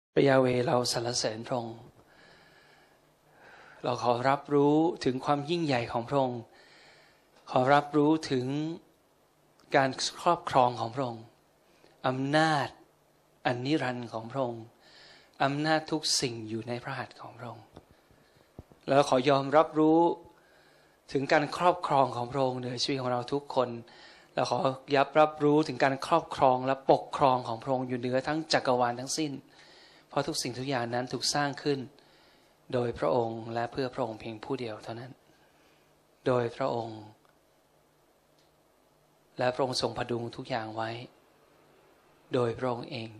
พระยาเวห์เราสรรเสริญพระองค์เราขอรับรู้ถึงความยิ่งใหญ่ของพระองค์ขอรับรู้ถึงการครอบครองของพระองค์อำนาจอันนิรันดร์ของพระองค์อำนาจทุกสิ่งอยู่ในพระหัตถ์ของพระองค์แล้วขอยอมรับรู้ถึงการครอบครองของพระองค์ในชีวิตของเราทุกคนเราขอรับรู้ถึงการครอบครองและปกครองของพระองค์อยู่เหนือทั้งจักรวาลทั้งสิ้นเพราะทุกสิ่งทุกอย่างนั้นถูกสร้างขึ้นโดยพระองค์และเพื่อพระองค์เพียงผู้เดียวเท่านั้นโดยพระองค์และพระองค์ทรงพดุงทุกอย่างไว้โดยพระองค์เอง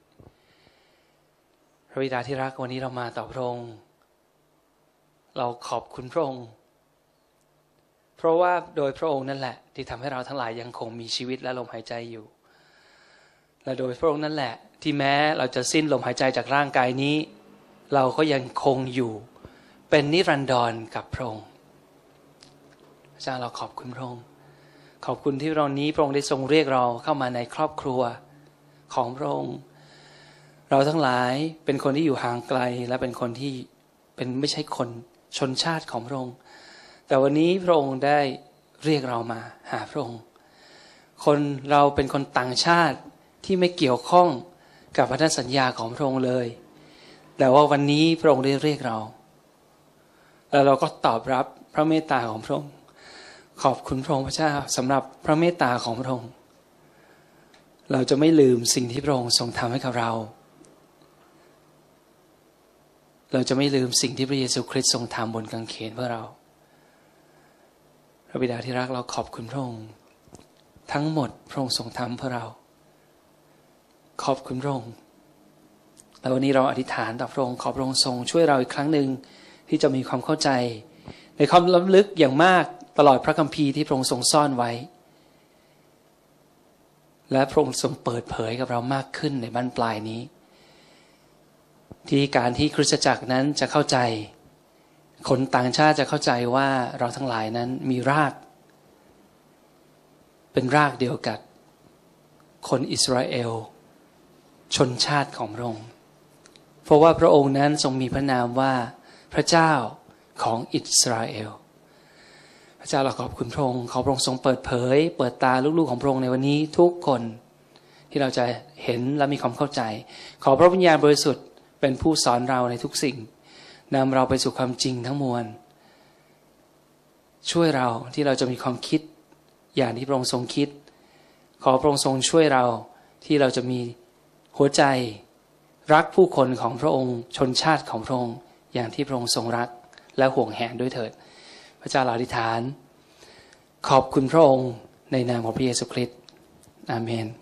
พระบิดาที่รักวันนี้เรามาต่อพระองค์เราขอบคุณพระองค์เพราะว่าโดยพระองค์นั่นแหละที่ทำให้เราทั้งหลายยังคงมีชีวิตและลมหายใจอยู่และโดยพระองค์นั่นแหละที่แม้เราจะสิ้นลมหายใจจากร่างกายนี้เราก็ยังคงอยู่เป็นนิรันดรกับพระองค์พระเจ้าเราขอบคุณพระองค์ขอบคุณที่เรานี้พระองค์ได้ทรงเรียกเราเข้ามาในครอบครัวของพระองค์เราทั้งหลายเป็นคนที่อยู่ห่างไกลและเป็นคนที่เป็นไม่ใช่คนชนชาติของพระองค์แต่วันนี้พระองค์ได้เรียกเรามาหาพระองค์คนเราเป็นคนต่างชาติที่ไม่เกี่ยวข้องกับพันธสัญญาของพระองค์เลยแต่ว่าวันนี้พระองค์ได้เรียกเราแล้วเราก็ตอบรับพระเมตตาของพระองค์ขอบคุณพระองค์พระเจ้าสำหรับพระเมตตาของพระองค์เราจะไม่ลืมสิ่งที่พระองค์ทรงทำให้กับเราเราจะไม่ลืมสิ่งที่พระเยซูคริสต์ทรงทำบนกางเขนเพื่อเราพระบิดาที่รักเราขอบคุณพระองค์ทั้งหมดพระองค์ทรงทำเพื่อเราขอบคุณพระองค์แล้ววันนี้เราอธิษฐานต่อพระองค์ขอพระองค์ทรงช่วยเราอีกครั้งหนึ่งที่จะมีความเข้าใจในความล้ำลึกอย่างมากตลอดพระคัมภีร์ที่พระองค์ทรงซ่อนไว้และพระองค์ทรงเปิดเผยกับเรามากขึ้นในบั้นปลายนี้ที่การที่คริสตจักรนั้นจะเข้าใจคนต่างชาติจะเข้าใจว่าเราทั้งหลายนั้นมีรากเป็นรากเดียวกับคนอิสราเอลชนชาติของพระองค์เพราะว่าพระองค์นั้นทรงมีพระนามว่าพระเจ้าของอิสราเอลพระเจ้าเราขอบคุณพระองค์ขอพระองค์ทรงเปิดเผยเปิดตาลูกๆของพระองค์ในวันนี้ทุกคนที่เราจะเห็นและมีความเข้าใจขอพระวิญญาณบริสุทธิ์เป็นผู้สอนเราในทุกสิ่งนำเราไปสู่ความจริงทั้งมวลช่วยเราที่เราจะมีความคิดอย่างที่พระองค์ทรงคิดขอพระองค์ทรงช่วยเราที่เราจะมีหัวใจรักผู้คนของพระองค์ชนชาติของพระองค์อย่างที่พระองค์ทรงรักและห่วงแหนด้วยเถิดพระเจ้าเราอธิษฐานขอบคุณพระองค์ในนามของพระเยซูคริสต์อาเมน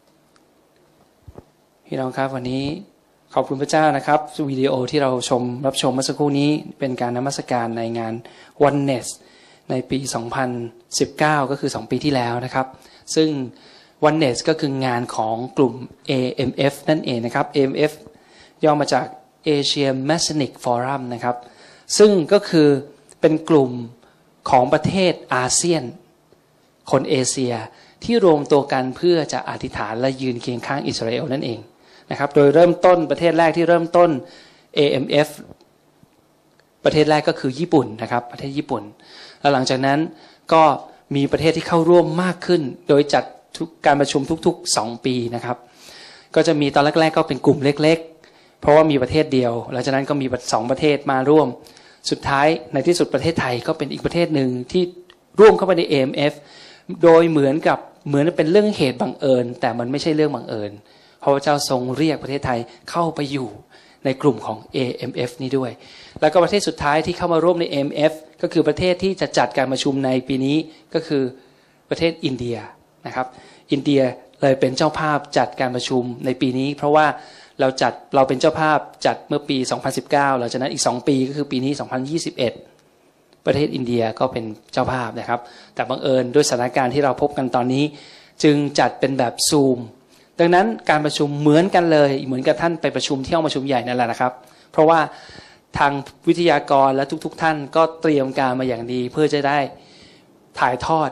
พี่น้องครับวันนี้ขอบคุณพระเจ้านะครับวิดีโอที่เรารับชมเมื่อสักครู่นี้เป็นการนมัสการในงาน Oneness ในปี 2019 ก็คือ2ปีที่แล้วนะครับซึ่ง Oneness ก็คืองานของกลุ่ม AMF นั่นเองนะครับ AMF ย่อมาจาก Asia Messianic Forum นะครับซึ่งก็คือเป็นกลุ่มของประเทศอาเซียนคนเอเชียที่รวมตัวกันเพื่อจะอธิษฐานและยืนเคียงข้างอิสราเอลนั่นเองนะครับโดยเริ่มต้นประเทศแรกที่เริ่มต้น AMF ประเทศแรกก็คือญี่ปุ่นนะครับประเทศญี่ปุ่นแล้วหลังจากนั้นก็มีประเทศที่เข้าร่วมมากขึ้นโดยจัดการประชุมทุกๆ2ปีนะครับก็จะมีตอนแรกๆก็เป็นกลุ่มเล็กๆเพราะว่ามีประเทศเดียวหลังจากนั้นก็มี2ประเทศมาร่วมสุดท้ายในที่สุดประเทศไทยก็เป็นอีกประเทศหนึ่งที่ร่วมเข้าไปใน AMF โดยเหมือนเป็นเรื่องเหตุบังเอิญแต่มันไม่ใช่เรื่องบังเอิญพระเจ้าทรงเรียกประเทศไทยเข้าไปอยู่ในกลุ่มของ AMF นี้ด้วยแล้วก็ประเทศสุดท้ายที่เข้ามาร่วมใน AMF ก็คือประเทศที่จะจัดการประชุมในปีนี้ก็คือประเทศอินเดียนะครับอินเดียเลยเป็นเจ้าภาพจัดการประชุมในปีนี้เพราะว่าเราเป็นเจ้าภาพจัดเมื่อปี 2019หลังจากนั้นอีก2ปีก็คือปีนี้ 2021ประเทศอินเดียก็เป็นเจ้าภาพนะครับแต่บังเอิญด้วยสถานการณ์ที่เราพบกันตอนนี้จึงจัดเป็นแบบซูมดังนั้นการประชุมเหมือนกันเลยเหมือนกับท่านไปประชุมที่ห้องประชุมใหญ่นั่นแหละนะครับเพราะว่าทางวิทยากรและทุกท่านก็เตรียมการมาอย่างดีเพื่อจะได้ถ่ายทอด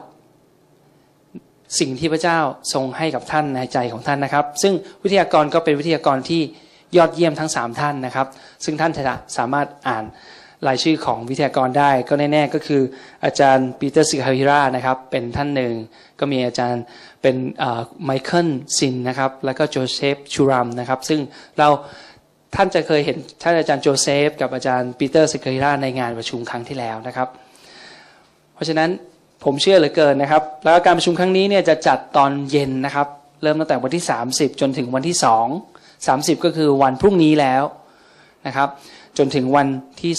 สิ่งที่พระเจ้าทรงให้กับท่านในใจของท่านนะครับซึ่งวิทยากรก็เป็นวิทยากรที่ยอดเยี่ยมทั้ง3ท่านนะครับซึ่งท่านจะสามารถอ่านรายชื่อของวิทยากรได้ก็แน่ๆก็คืออาจารย์ปีเตอร์ซิคาฮิรานะครับเป็นท่านหนึ่งก็มีอาจารย์เป็นไมเคิลซินนะครับแล้วก็โจเซฟชูรัมนะครับซึ่งท่านจะเคยเห็นท่านอาจารย์โจเซฟกับอาจารย์ปีเตอร์ซิคาฮิราในงานประชุมครั้งที่แล้วนะครับเพราะฉะนั้นผมเชื่อเหลือเกินนะครับแล้วการประชุมครั้งนี้เนี่ยจะจัดตอนเย็นนะครับเริ่มตั้งแต่วันที่30จนถึงวันที่30ก็คือวันพรุ่งนี้แล้วนะครับจนถึงวันที่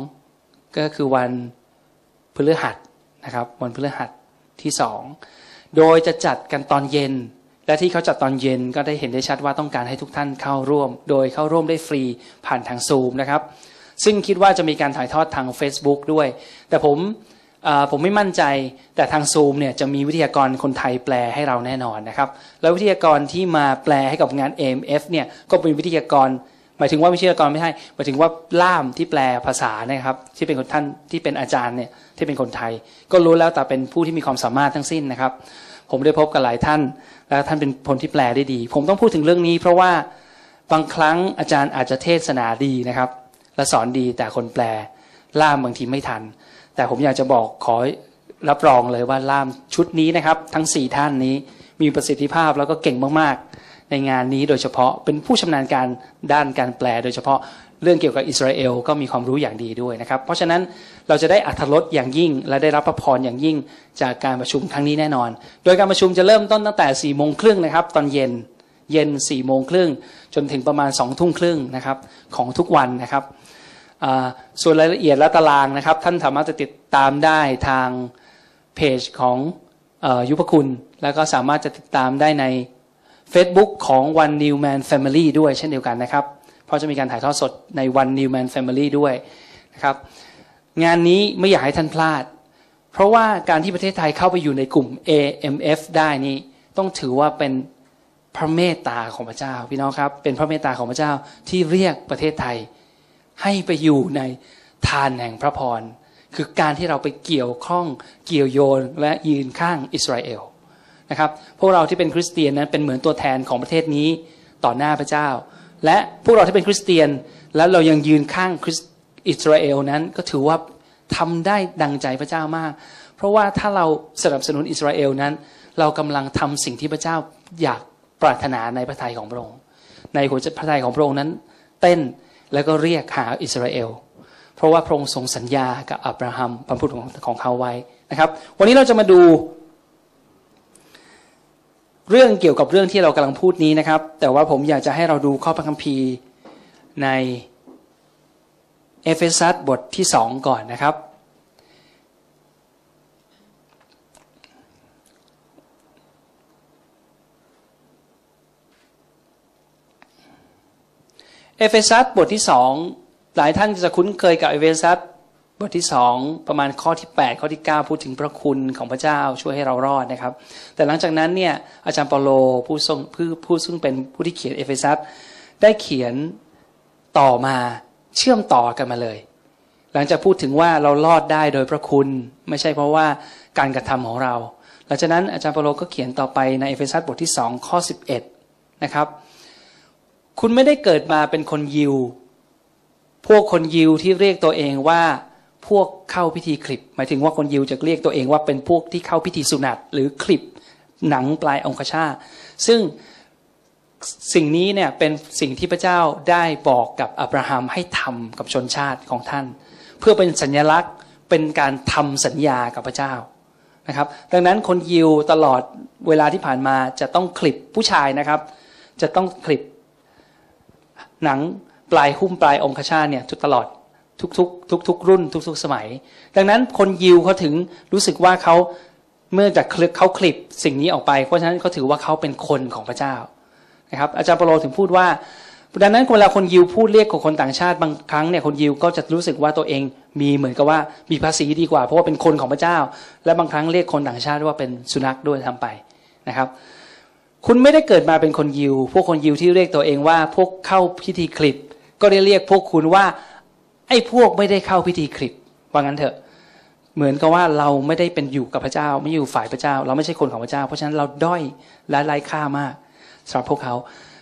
2ก็คือวันพฤหัสนะครับวันพฤหัสที่2โดยจะจัดกันตอนเย็นและที่เขาจัดตอนเย็นก็ได้เห็นได้ชัดว่าต้องการให้ทุกท่านเข้าร่วมโดยเข้าร่วมได้ฟรีผ่านทางซูมนะครับซึ่งคิดว่าจะมีการถ่ายทอดทาง Facebook ด้วยแต่ผมไม่มั่นใจแต่ทางซูมเนี่ยจะมีวิทยากรคนไทยแปลให้เราแน่นอนนะครับแล้ววิทยากรที่มาแปลให้กับงาน AMF เนี่ยก็เป็นวิทยากรหมายถึงว่าวิทยากรไม่ใช่หมายถึงว่าล่ามที่แปลภาษานะครับที่เป็นคนท่านที่เป็นอาจารย์เนี่ยที่เป็นคนไทยก็รู้แล้วแต่เป็นผู้ที่มีความสามารถทั้งสิ้นนะครับผมได้พบกับหลายท่านแล้วท่านเป็นคนที่แปลได้ดีผมต้องพูดถึงเรื่องนี้เพราะว่าบางครั้งอาจารย์อาจจะเทศนาดีนะครับและสอนดีแต่คนแปลล่ามบางทีไม่ทันแต่ผมอยากจะบอกขอรับรองเลยว่าล่ามชุดนี้นะครับทั้ง4ท่านนี้มีประสิทธิภาพแล้วก็เก่งมากๆในงานนี้โดยเฉพาะเป็นผู้ชำนาญการด้านการแปลโดยเฉพาะเรื่องเกี่ยวกับอิสราเอลก็มีความรู้อย่างดีด้วยนะครับเพราะฉะนั้นเราจะได้อรรถรสอย่างยิ่งและได้รับพระพรอย่างยิ่งจากการประชุมครั้งนี้แน่นอนโดยการประชุมจะเริ่มต้นตั้งแต่4:30นะครับตอนเย็น4:30จนถึงประมาณ20:30นะครับของทุกวันนะครับส่วนรายละเอียดและตารางนะครับท่านสามารถจะติดตามได้ทางเพจของยุพคุณแล้วก็สามารถจะติดตามได้ใน Facebook ของ One Newman Family ด้วยเช่นเดียวกันนะครับเพราะจะมีการถ่ายทอดสดใน One Newman Family ด้วยนะครับงานนี้ไม่อยากให้ท่านพลาดเพราะว่าการที่ประเทศไทยเข้าไปอยู่ในกลุ่ม AMF ได้นี่ต้องถือว่าเป็นพระเมตตาของพระเจ้าพี่น้องครับเป็นพระเมตตาของพระเจ้าที่เรียกประเทศไทยให้ไปอยู่ในทานแห่งพระพรคือการที่เราไปเกี่ยวข้องเกี่ยวโยนและยืนข้างอิสราเอลนะครับพวกเราที่เป็นคริสเตียนนั้นเป็นเหมือนตัวแทนของประเทศนี้ต่อหน้าพระเจ้าและพวกเราที่เป็นคริสเตียนแล้วเรายังยืนข้างอิสราเอลนั้นก็ถือว่าทำได้ดังใจพระเจ้ามากเพราะว่าถ้าเราสนับสนุนอิสราเอลนั้นเรากำลังทำสิ่งที่พระเจ้าอยากปรารถนาในพระทัยของพระองค์ในหัวใจพระทัยของพระองค์นั้นเต้นแล้วก็เรียกหาอิสราเอลเพราะว่าพระองค์ทรงสัญญากับอับราฮัมคำพูดของเขาไว้นะครับวันนี้เราจะมาดูเรื่องเกี่ยวกับเรื่องที่เรากำลังพูดนี้นะครับแต่ว่าผมอยากจะให้เราดูข้อพระคัมภีร์ในเอเฟซัสบทที่2ก่อนนะครับเอเฟซัสบทที่2หลายท่านจะคุ้นเคยกับเอเฟซัสบทที่2ประมาณข้อที่8ข้อที่9พูดถึงพระคุณของพระเจ้าช่วยให้เรารอดนะครับแต่หลังจากนั้นเนี่ยอาจารย์เปาโลผู้ซึ่งเป็นผู้ที่เขียนเอเฟซัสได้เขียนต่อมาเชื่อมต่อกันมาเลยหลังจากพูดถึงว่าเรารอดได้โดยพระคุณไม่ใช่เพราะว่าการกระทำของเราหลังจากนั้นอาจารย์เปาโลก็เขียนต่อไปในเอเฟซัสบทที่2ข้อ11นะครับคุณไม่ได้เกิดมาเป็นคนยิวพวกคนยิวที่เรียกตัวเองว่าพวกเข้าพิธีคลิปหมายถึงว่าคนยิวจะเรียกตัวเองว่าเป็นพวกที่เข้าพิธีสุนัตหรือคลิปหนังปลายองคชาตซึ่งสิ่งนี้เนี่ยเป็นสิ่งที่พระเจ้าได้บอกกับอับราฮัมให้ทำกับชนชาติของท่านเพื่อเป็นสัญลักษณ์เป็นการทำสัญญากับพระเจ้านะครับดังนั้นคนยิวตลอดเวลาที่ผ่านมาจะต้องคลิปผู้ชายนะครับจะต้องคลิปหนังปลายหุ้มปลายองคชาตเนี่ยตลอดทุกรุ่นทุกสมัยดังนั้นคนยิวเขาถึงรู้สึกว่าเขาเมื่อจากเขาคลิปสิ่งนี้ออกไปเพราะฉะนั้นเขาถือว่าเขาเป็นคนของพระเจ้านะครับอาจารย์เปาโลถึงพูดว่าดังนั้นเวลาคนยิวพูดเรียกกับคนต่างชาติบางครั้งเนี่ยคนยิวก็จะรู้สึกว่าตัวเองมีเหมือนกับว่ามีภาษีดีกว่าเพราะว่าเป็นคนของพระเจ้าและบางครั้งเรียกคนต่างชาติว่าเป็นสุนัขด้วยทำไปนะครับคุณไม่ได้เกิดมาเป็นคนยิวพวกคนยิวที่เรียกตัวเองว่าพวกเข้าพิธีคลิปก็ได้เรียกพวกคุณว่าไอ้พวกไม่ได้เข้าพิธีคลิปว่างั้นเถอะเหมือนกับว่าเราไม่ได้เป็นอยู่กับพระเจ้าไม่อยู่ฝ่ายพระเจ้าเราไม่ใช่คนของพระเจ้าเพราะฉะนั้นเราด้อยและไร้ค่ามากสำหรับพวกเขา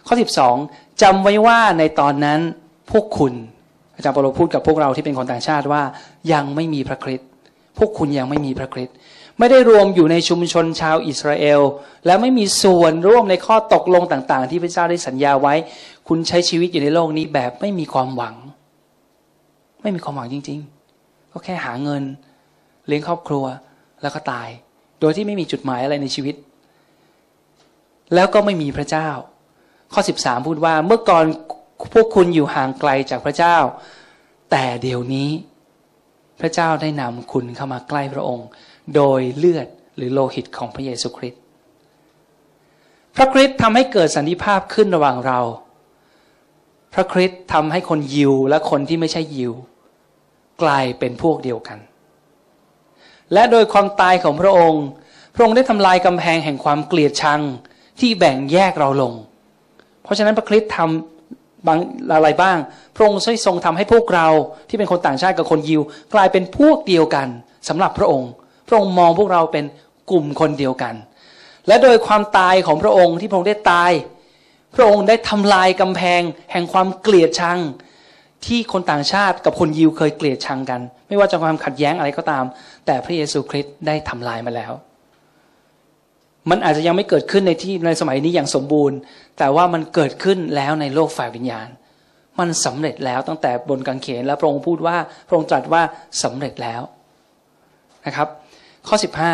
ข้อ12จำไว้ว่าในตอนนั้นพวกคุณอาจารย์เปาโลพูดกับพวกเราที่เป็นคนต่างชาติว่ายังไม่มีพระคริสต์พวกคุณยังไม่มีพระคริสต์ไม่ได้รวมอยู่ในชุมชนชาวอิสราเอลและไม่มีส่วนร่วมในข้อตกลงต่างๆที่พระเจ้าได้สัญญาไว้คุณใช้ชีวิตอยู่ในโลกนี้แบบไม่มีความหวังไม่มีความหวังจริงๆก็แค่หาเงินเลี้ยงครอบครัวแล้วก็ตายโดยที่ไม่มีจุดหมายอะไรในชีวิตแล้วก็ไม่มีพระเจ้าข้อ13พูดว่าเมื่อก่อนพวกคุณอยู่ห่างไกลจากพระเจ้าแต่เดี๋ยวนี้พระเจ้าได้นำคุณเข้ามาใกล้พระองค์โดยเลือดหรือโลหิตของพระเยซูคริสต์พระคริสต์ทำให้เกิดสันติภาพขึ้นระหว่างเราพระคริสต์ทำให้คนยิวและคนที่ไม่ใช่ยิวกลายเป็นพวกเดียวกันและโดยความตายของพระองค์พระองค์ได้ทำลายกำแพงแห่งความเกลียดชังที่แบ่งแยกเราลงเพราะฉะนั้นพระคริสต์ทำบางอะไรบ้างพระองค์ทรงทำให้พวกเราที่เป็นคนต่างชาติกับคนยิวกลายเป็นพวกเดียวกันสำหรับพระองค์พระองค์มองพวกเราเป็นกลุ่มคนเดียวกันและโดยความตายของพระองค์ที่พระองค์ได้ตายพระองค์ได้ทำลายกำแพงแห่งความเกลียดชังที่คนต่างชาติกับคนยิวเคยเกลียดชังกันไม่ว่าจะความขัดแย้งอะไรก็ตามแต่พระเยซูคริสต์ได้ทำลายมาแล้วมันอาจจะยังไม่เกิดขึ้นในสมัยนี้อย่างสมบูรณ์แต่ว่ามันเกิดขึ้นแล้วในโลกฝ่ายวิญญาณมันสำเร็จแล้วตั้งแต่บนกางเขนแล้วพระองค์พูดว่าพระองค์ตรัสว่าสำเร็จแล้วนะครับข้อ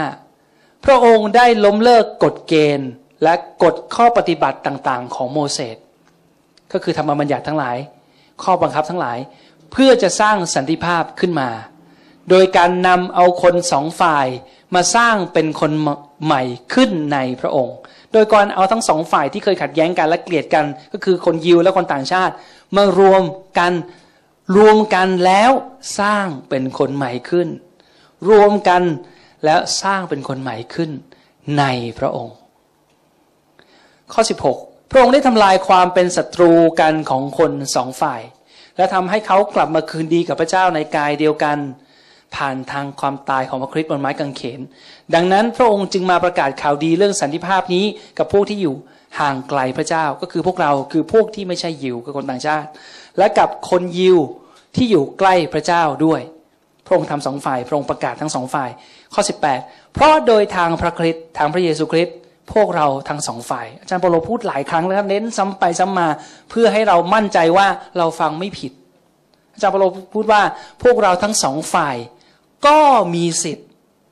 15พระองค์ได้ล้มเลิกกฎเกณฑ์และกฎข้อปฏิบัติต่างๆของโมเสสก็คือธรรมบัญญัติทั้งหลายข้อบังคับทั้งหลายเพื่อจะสร้างสันติภาพขึ้นมาโดยการนำเอาคนสองฝ่ายมาสร้างเป็นคนใหม่ขึ้นในพระองค์โดยการเอาทั้งสองฝ่ายที่เคยขัดแย้งกันและเกลียดกันก็คือคนยิวและคนต่างชาติมารวมกันแล้วสร้างเป็นคนใหม่ขึ้นรวมกันแล้วสร้างเป็นคนใหม่ขึ้นในพระองค์ข้อ16พระองค์ได้ทำลายความเป็นศัตรูกันของคนสองฝ่ายและทำให้เขากลับมาคืนดีกับพระเจ้าในกายเดียวกันผ่านทางความตายของพระคริสต์บนไม้กางเขนดังนั้นพระองค์จึงมาประกาศข่าวดีเรื่องสันติภาพนี้กับพวกที่อยู่ห่างไกลพระเจ้าก็คือพวกเราคือพวกที่ไม่ใช่ยิวกับคนต่างชาติและกับคนยิวที่อยู่ใกล้พระเจ้าด้วยพระองค์ทำสองฝ่ายพระองค์ประกาศทั้งสองฝ่ายข้อ18เพราะโดยทางพระคริสต์ทางพระเยซูคริสต์พวกเราทั้งสองฝ่ายอาจารย์เปาโลพูดหลายครั้งแล้วเน้นซ้ำไปซ้ำมาเพื่อให้เรามั่นใจว่าเราฟังไม่ผิดอาจารย์เปาโลพูดว่าพวกเราทั้งสองฝ่ายก็มีสิทธิ์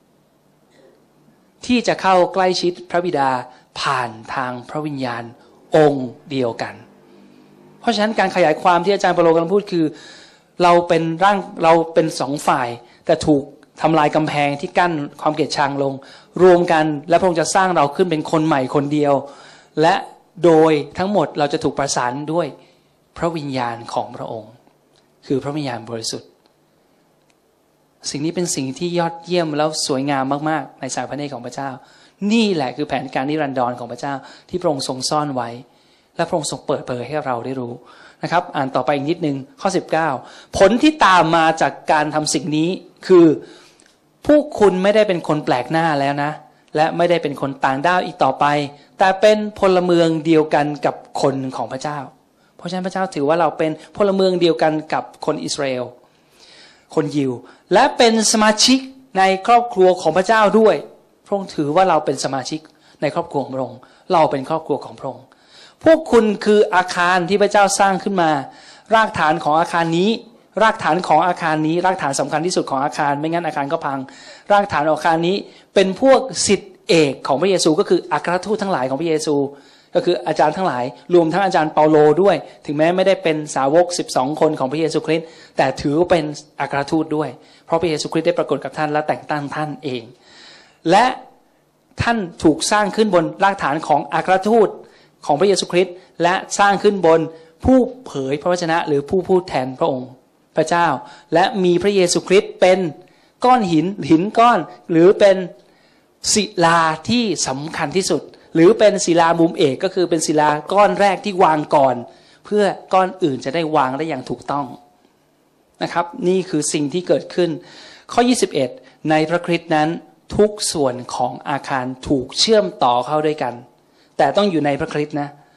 ที่จะเข้าใกล้ชิดพระบิดาผ่านทางพระวิญญาณองค์เดียวกันเพราะฉะนั้นการขยายความที่อาจารย์เปาโลกำลังพูดคือเราเป็นสองฝ่ายแต่ถูกทำลายกำแพงที่กั้นความเกลียดชังลงรวมกันและพระองค์จะสร้างเราขึ้นเป็นคนใหม่คนเดียวและโดยทั้งหมดเราจะถูกประสานด้วยพระวิญญาณของพระองค์คือพระวิญญาณบริสุทธิ์สิ่งนี้เป็นสิ่งที่ยอดเยี่ยมแล้วสวยงามมากๆในสายพระเนตรของพระเจ้านี่แหละคือแผนการนิรันดรของพระเจ้าที่พระองค์ทรงซ่อนไว้และพระองค์ทรงเปิดเผยให้เราได้รู้นะครับอ่านต่อไปอีกนิดนึงข้อ19ผลที่ตามมาจากการทำสิ่งนี้คือพวกคุณไม่ได้เป็นคนแปลกหน้าแล้วนะและไม่ได้เป็นคนต่างด้าวอีกต่อไปแต่เป็นพลเมืองเดียวกันกับคนของพระเจ้าเพราะฉะนั้นพระเจ้าถือว่าเราเป็นพลเมืองเดียวกันกับคนอิสราเอลคนยิวและเป็นสมาชิกในครอบครัวของพระเจ้าด้วยพระองค์ถือว่าเราเป็นสมาชิกในครอบครัวของพระองค์เราเป็นครอบครัวของพระองค์พวกคุณคืออาคารที่พระเจ้าสร้างขึ้นมารากฐานของอาคารนี้รากฐานของอาคารนี้รากฐานสำคัญที่สุดของอาคารไม่งั้นอาคารก็พังรากฐานของอาคารนี้เป็นพวกศิษย์เอกของพระเยซูก็คืออัครทูตทั้งหลายของพระเยซูก็คืออาจารย์ทั้งหลายรวมทั้งอาจารย์เปาโลด้วยถึงแม้ไม่ได้เป็นสาวก12คนของพระเยซูคริสต์แต่ถือเป็นอัครทูตด้วยเพราะพระเยซูคริสต์ได้ปรากฏกับท่านและแต่งตั้งท่านเองและท่านถูกสร้างขึ้นบนรากฐานของอัครทูตของพระเยซูคริสต์และสร้างขึ้นบนผู้เผยพระวจนะหรือผู้พูดแทนพระองค์พระเจ้าและมีพระเยซูคริสต์เป็นก้อนหินก้อนหรือเป็นศิลาที่สำคัญที่สุดหรือเป็นศิลามุมเอกก็คือเป็นศิลาก้อนแรกที่วางก่อนเพื่อก้อนอื่นจะได้วางได้อย่างถูกต้องนะครับนี่คือสิ่งที่เกิดขึ้นข้อ21ในพระคริสต์นั้นทุกส่วนของอาคารถูกเชื่อมต่อเข้าด้วยกันแต่ต้องอยู่ในพระคริสต์นะ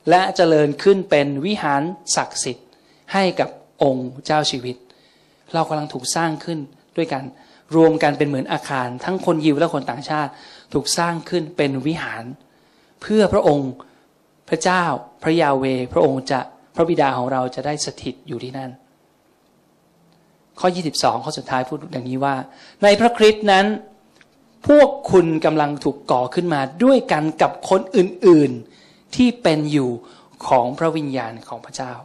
และเจริญขึ้นเป็นวิหารศักดิ์สิทธิ์ให้กับองค์เจ้าชีวิตเรากำลังถูกสร้างขึ้นด้วยกันรวมกันเป็นเหมือนอาคารทั้งคนยิวและคนต่างชาติถูกสร้างขึ้นเป็นวิหารเพื่อพระองค์พระเจ้าพระยาเวห์พระองค์จะพระบิดาของเราจะได้สถิตอยู่ที่นั่นข้อ22ข้อสุดท้ายพูดอย่างนี้ว่าในพระคริสต์นั้นพวกคุณกำลังถูกก่อขึ้นมาด้วยกันกับคนอื่นๆที่เป็นอยู่ของพระวิญญาณของพระเจ้า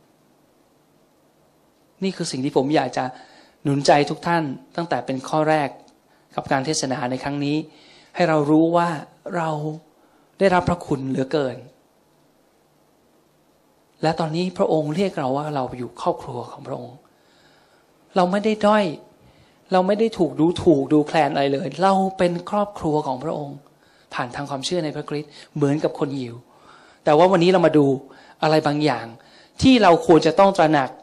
นี่คือสิ่งที่ผมอยากจะหนุนใจทุกท่านตั้งแต่เป็นข้อแรกกับการเทศนาในครั้งนี้ให้เรารู้ว่าเราได้รับพระคุณเหลือเกินและตอนนี้พระองค์เรียกเราว่าเราอยู่ครอบครัวของพระองค์เราไม่ได้ด้อยเราไม่ได้ถูกดูแคลนอะไรเลยเราเป็นครอบครัวของพระองค์ผ่านทางความเชื่อในพระคริสต์เหมือนกับคนยิวแต่ว่าวันนี้เรามาดูอะไรบางอย่างที่เราควรจะต้องตระหนัก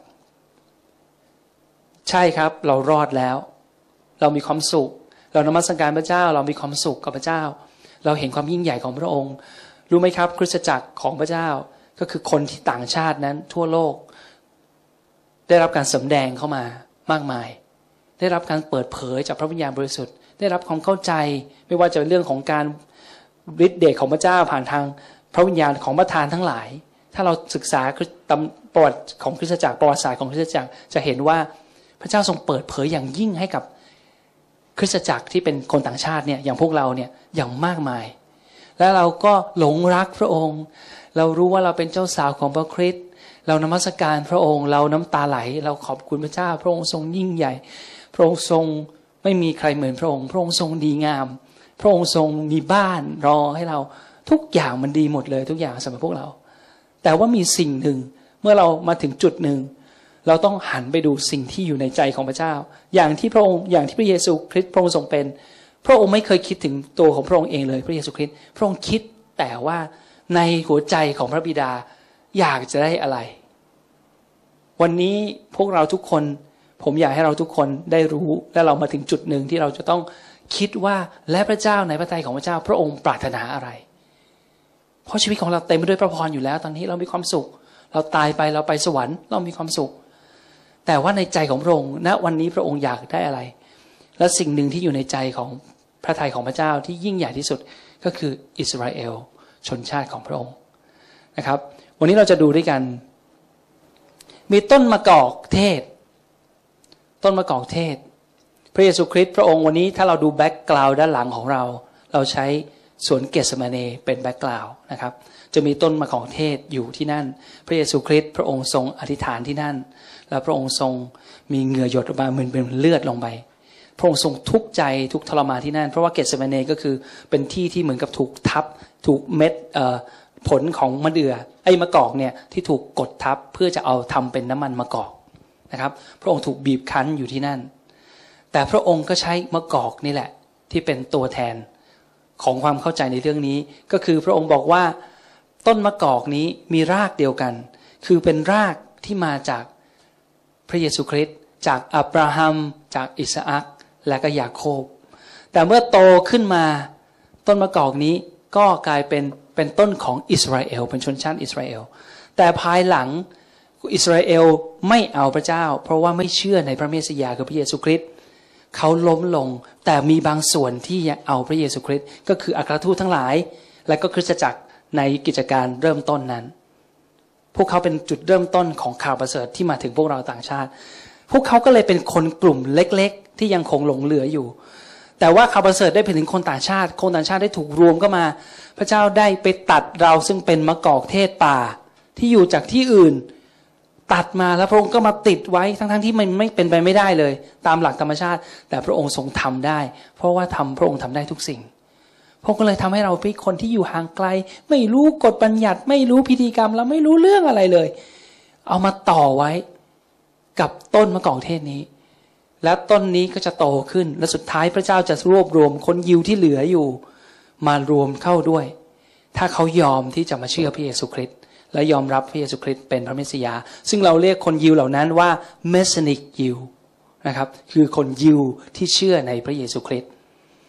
ใช่ครับเรารอดแล้วเรามีความสุขเรานมัสการพระเจ้าเรามีความสุขกับพระเจ้าเราเห็นความยิ่งใหญ่ของพระองค์รู้ไหมครับคริสตจักรของพระเจ้าก็คือคนที่ต่างชาตินั้นทั่วโลกได้รับการสำแดงเข้ามามากมายได้รับการเปิดเผยจากพระวิญญาณบริสุทธิ์ได้รับความเข้าใจไม่ว่าจะเป็นเรื่องของการฤทธิ์เดชของพระเจ้าผ่านทางพระวิญญาณของประธานทั้งหลายถ้าเราศึกษาประวัติของคริสตจักรประวัติศาสตร์ของคริสตจักรจะเห็นว่าพระเจ้าทรงเปิดเผยอย่างยิ่งให้กับคริสตจักรที่เป็นคนต่างชาติเนี่ยอย่างพวกเราเนี่ยอย่างมากมายและเราก็หลงรักพระองค์เรารู้ว่าเราเป็นเจ้าสาวของพระคริสต์เรานมัสการพระองค์เราน้ำตาไหลเราขอบคุณพระเจ้าพระองค์ทรงยิ่งใหญ่พระองค์ทรงไม่มีใครเหมือนพระองค์พระองค์ทรงดีงามพระองค์ทรงมีบ้านรอให้เราทุกอย่างมันดีหมดเลยทุกอย่างสำหรับพวกเราแต่ว่ามีสิ่งหนึ่งเมื่อเรามาถึงจุดหนึ่งเราต้องหันไปดูสิ่งที่อยู่ในใจของพระเจ้าอย่างที่พระองค์อย่างที่พระเยซูคริสต์พระองค์ทรงเป็นพระองค์ไม่เคยคิดถึงตัวของพระองค์เองเลยพระเยซูคริสต์พระองค์คิดแต่ว่าในหัวใจของพระบิดาอยากจะได้อะไรวันนี้พวกเราทุกคนผมอยากให้เราทุกคนได้รู้และเรามาถึงจุดหนึ่งที่เราจะต้องคิดว่าและพระเจ้าในพระทัยของพระเจ้าพระองค์ปรารถนาอะไรเพราะชีวิตของเราเต็มไปด้วยพระพรอยู่แล้วตอนนี้เรามีความสุขเราตายไปเราไปสวรรค์เรามีความสุขแต่ว่าในใจของพระองค์ณวันนี้พระองค์อยากได้อะไรและสิ่งหนึ่งที่อยู่ในใจของพระทัยของพระเจ้าที่ยิ่งใหญ่ที่สุดก็คืออิสราเอลชนชาติของพระองค์นะครับวันนี้เราจะดูด้วยกันมีต้นมะกอกเทศต้นมะกอกเทศพระเยซูคริสต์พระองค์วันนี้ถ้าเราดูแบ็กกราวด์ด้านหลังของเราใช้สวนเกสมาเนเป็นแบ็กกราวด์นะครับจะมีต้นมะกอกเทศอยู่ที่นั่นพระเยซูคริสต์พระองค์ทรงอธิษฐานที่นั่นแล้วพระองค์ทรงมีเหงื่อหยดออกมาเหมือนเป็นเลือดลงไปพระองค์ทรงทุกข์ใจทุกทรมานที่นั่นเพราะว่าเกสมาเนก็คือเป็นที่ที่เหมือนกับถูกทับถูกเม็ดผลของมะเดื่อไอ้มะกอกเนี่ยที่ถูกกดทับเพื่อจะเอาทำเป็นน้ำมันมะกอกนะครับพระองค์ถูกบีบคั้นอยู่ที่นั่นแต่พระองค์ก็ใช้มะกอกนี่แหละที่เป็นตัวแทนของความเข้าใจในเรื่องนี้ก็คือพระองค์บอกว่าต้นมะกอกนี้มีรากเดียวกันคือเป็นรากที่มาจากพระเยซูคริสต์จากอับราฮัมจากอิสอัคและก็ยาโคบแต่เมื่อโตขึ้นมาต้นมะกอกนี้ก็กลายเป็นต้นของอิสราเอลเป็นชนชาติอิสราเอลแต่ภายหลังอิสราเอลไม่เอาพระเจ้าเพราะว่าไม่เชื่อในพระเมสสิยาคือพระเยซูคริสต์เขาล้มลงแต่มีบางส่วนที่เอาพระเยซูคริสต์ก็คืออัครทูตทั้งหลายและก็คริสตจักรในกิจการเริ่มต้นนั้นพวกเขาเป็นจุดเริ่มต้นของข่าวประเสริฐที่มาถึงพวกเราต่างชาติพวกเขาก็เลยเป็นคนกลุ่มเล็กๆที่ยังคงหลงเหลืออยู่แต่ว่าข่าวประเสริฐได้ไปถึงคนต่างชาติคนต่างชาติได้ถูกรวมเข้ามาพระเจ้าได้ไปตัดเราซึ่งเป็นมะกอกเทศป่าที่อยู่จากที่อื่นตัดมาแล้วพระองค์ก็มาติดไว้ทั้งที่มันไม่เป็นไปไม่ได้เลยตามหลักธรรมชาติแต่พระองค์ทรงทำได้เพราะว่าพระองค์ทำได้ทุกสิ่งพระองค์ก็เลยทำให้เราเป็นคนที่อยู่ห่างไกลไม่รู้กฎบัญญัติไม่รู้พิธีกรรมแล้วไม่รู้เรื่องอะไรเลยเอามาต่อไว้กับต้นมะกอกเทศนี้และต้นนี้ก็จะโตขึ้นและสุดท้ายพระเจ้าจะรวบรวมคนยิวที่เหลืออยู่มารวมเข้าด้วยถ้าเขายอมที่จะมาเชื่อพระเยซูคริสต์และยอมรับพระเยซูคริสต์เป็นพระเมสสิยาซึ่งเราเรียกคนยิวเหล่านั้นว่าเมสสินิกยิวนะครับคือคนยิวที่เชื่อในพระเยซูคริสต์